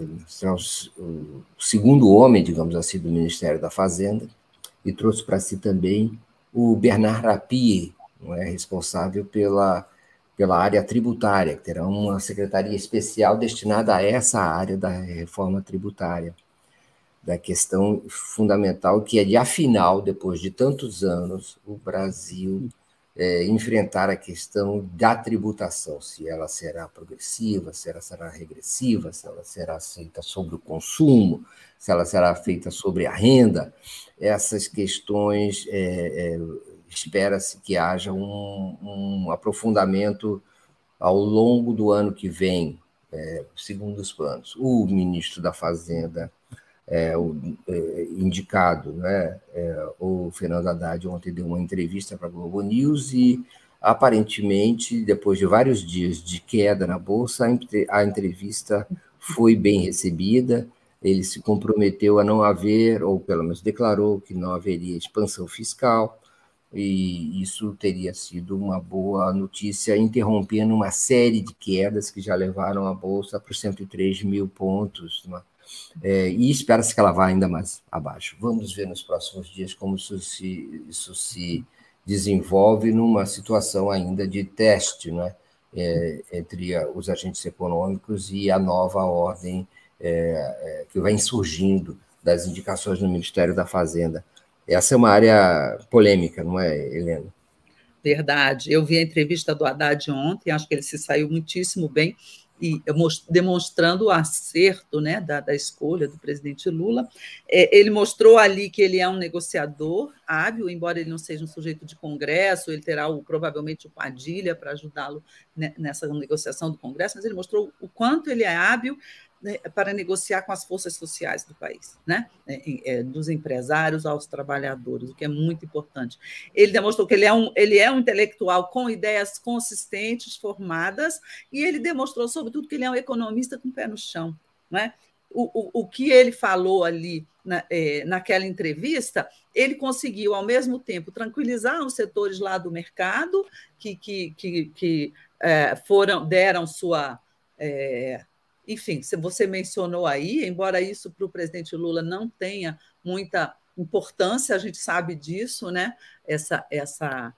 o segundo homem, digamos assim, do Ministério da Fazenda, e trouxe para si também o Bernard Rapie, não é, responsável pela, pela área tributária, que terá uma secretaria especial destinada a essa área da reforma tributária, da questão fundamental que é de, afinal, depois de tantos anos, o Brasil É, enfrentar a questão da tributação, se ela será progressiva, se ela será regressiva, se ela será feita sobre o consumo, se ela será feita sobre a renda. Essas questões, é, é, espera-se que haja um, um aprofundamento ao longo do ano que vem, é, segundo os planos. O ministro da Fazenda, É, o, é, indicado, né? É, o Fernando Haddad ontem deu uma entrevista para a Globo News e, aparentemente, depois de vários dias de queda na Bolsa, a entrevista foi bem recebida, ele se comprometeu a não haver, ou pelo menos declarou que não haveria expansão fiscal, e isso teria sido uma boa notícia, interrompendo uma série de quedas que já levaram a Bolsa para os cento e três mil pontos, né? É, e espera-se que ela vá ainda mais abaixo. Vamos ver nos próximos dias como isso se, isso se desenvolve numa situação ainda de teste, né? É, entre os agentes econômicos e a nova ordem é, é, que vem surgindo das indicações do Ministério da Fazenda. Essa é uma área polêmica, não é, Helena? Verdade. Eu vi a entrevista do Haddad ontem, acho que ele se saiu muitíssimo bem, e demonstrando o acerto, né, da, da escolha do presidente Lula. É, ele mostrou ali que ele é um negociador hábil, embora ele não seja um sujeito de Congresso, ele terá o, provavelmente o Padilha para ajudá-lo nessa negociação do Congresso, mas ele mostrou o quanto ele é hábil, né, para negociar com as forças sociais do país, né? É, é, dos empresários aos trabalhadores, o que é muito importante. Ele demonstrou que ele é, um, ele é um intelectual com ideias consistentes, formadas, e ele demonstrou, sobretudo, que ele é um economista com o pé no chão, né? O, o, o que ele falou ali na, é, naquela entrevista, ele conseguiu, ao mesmo tempo, tranquilizar os setores lá do mercado que, que, que, que é, foram, deram sua... É, enfim, você mencionou aí, embora isso para o presidente Lula não tenha muita importância, a gente sabe disso, né? Essa, essa,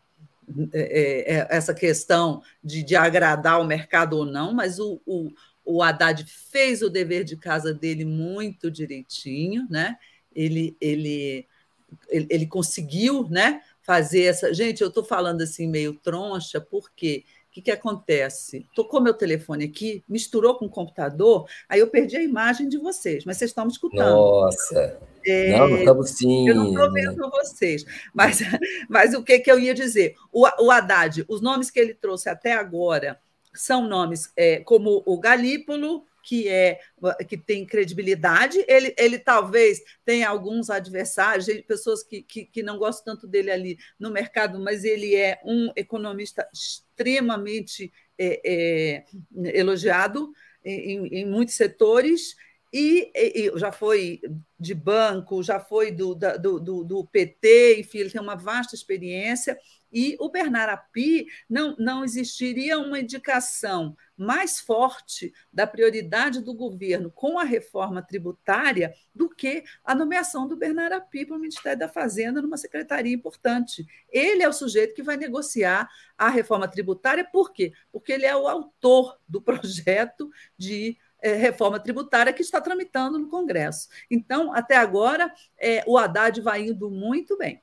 é, é, essa questão de, de agradar o mercado ou não, mas o, o, o Haddad fez o dever de casa dele muito direitinho, né? Ele, ele, ele, ele conseguiu, né, fazer essa... Gente, eu estou falando assim meio troncha, porque... O que, que acontece? Tocou meu telefone aqui, misturou com o computador, aí eu perdi a imagem de vocês, mas vocês estão me escutando. Nossa! É, não, estamos eu não sim, estou né? vendo vocês, mas, mas o que, que eu ia dizer? O, o Haddad, os nomes que ele trouxe até agora são nomes é, como o Galípolo, que, é, que tem credibilidade, ele, ele talvez tenha alguns adversários, pessoas que, que, que não gostam tanto dele ali no mercado, mas ele é um economista extremamente é, é, elogiado em, em muitos setores, e, e já foi de banco, já foi do, do, do, do P T, enfim, ele tem uma vasta experiência, e o Bernard Api, não, não existiria uma indicação mais forte da prioridade do governo com a reforma tributária do que a nomeação do Bernard Api para o Ministério da Fazenda numa secretaria importante. Ele é o sujeito que vai negociar a reforma tributária, por quê? Porque ele é o autor do projeto de reforma tributária que está tramitando no Congresso. Então, até agora, é, o Haddad vai indo muito bem.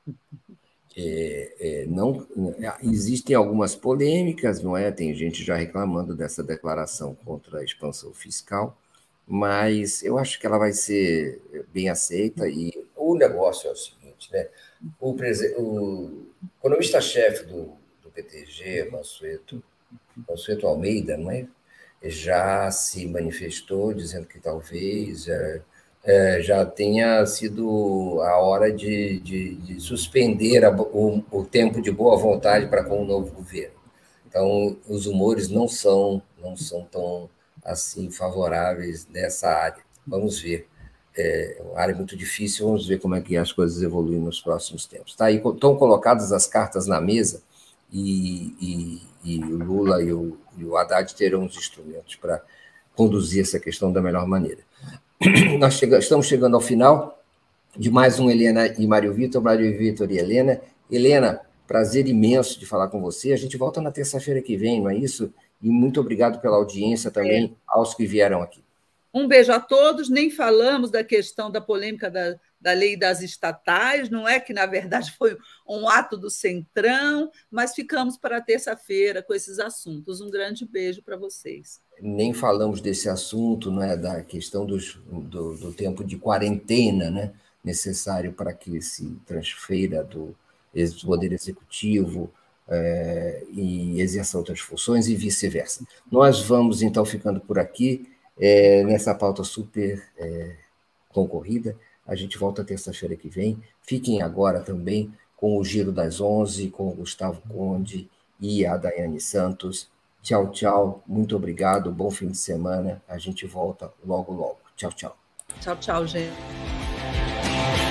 É, é, não, existem algumas polêmicas, não é? Tem gente já reclamando dessa declaração contra a expansão fiscal, mas eu acho que ela vai ser bem aceita. E o negócio é o seguinte, né? O, o economista-chefe do, do P T G, Mansueto, Mansueto Almeida, não é? Já se manifestou dizendo que talvez é, é, já tenha sido a hora de, de, de suspender a, o, o tempo de boa vontade para com o novo governo. Então, os humores não são, não são tão assim favoráveis nessa área. Vamos ver. É uma área muito difícil, vamos ver como é que as coisas evoluem nos próximos tempos. Tá aí, estão colocadas as cartas na mesa, e, e, e o Lula e o, e o Haddad terão os instrumentos para conduzir essa questão da melhor maneira. Nós chegamos, estamos chegando ao final de mais um Helena e Mário Vitor, Mário Vitor e Helena. Helena, prazer imenso de falar com você. A gente volta na terça-feira que vem, não é isso? E muito obrigado pela audiência também é. aos que vieram aqui. Um beijo a todos. Nem falamos da questão da polêmica da, da lei das estatais, não é que, na verdade, foi um ato do Centrão, mas ficamos para terça-feira com esses assuntos. Um grande beijo para vocês. Nem falamos desse assunto, não é, da questão dos, do, do tempo de quarentena, né, necessário para que se transfira do Poder Executivo é, e exerça outras funções e vice-versa. Nós vamos, então, ficando por aqui. É, nessa pauta super é, concorrida. A gente volta terça-feira que vem. Fiquem agora também com o Giro das onze, com o Gustavo Conde e a Daiane Santos. Tchau, tchau. Muito obrigado. Bom fim de semana. A gente volta logo, logo. Tchau, tchau. Tchau, tchau, gente.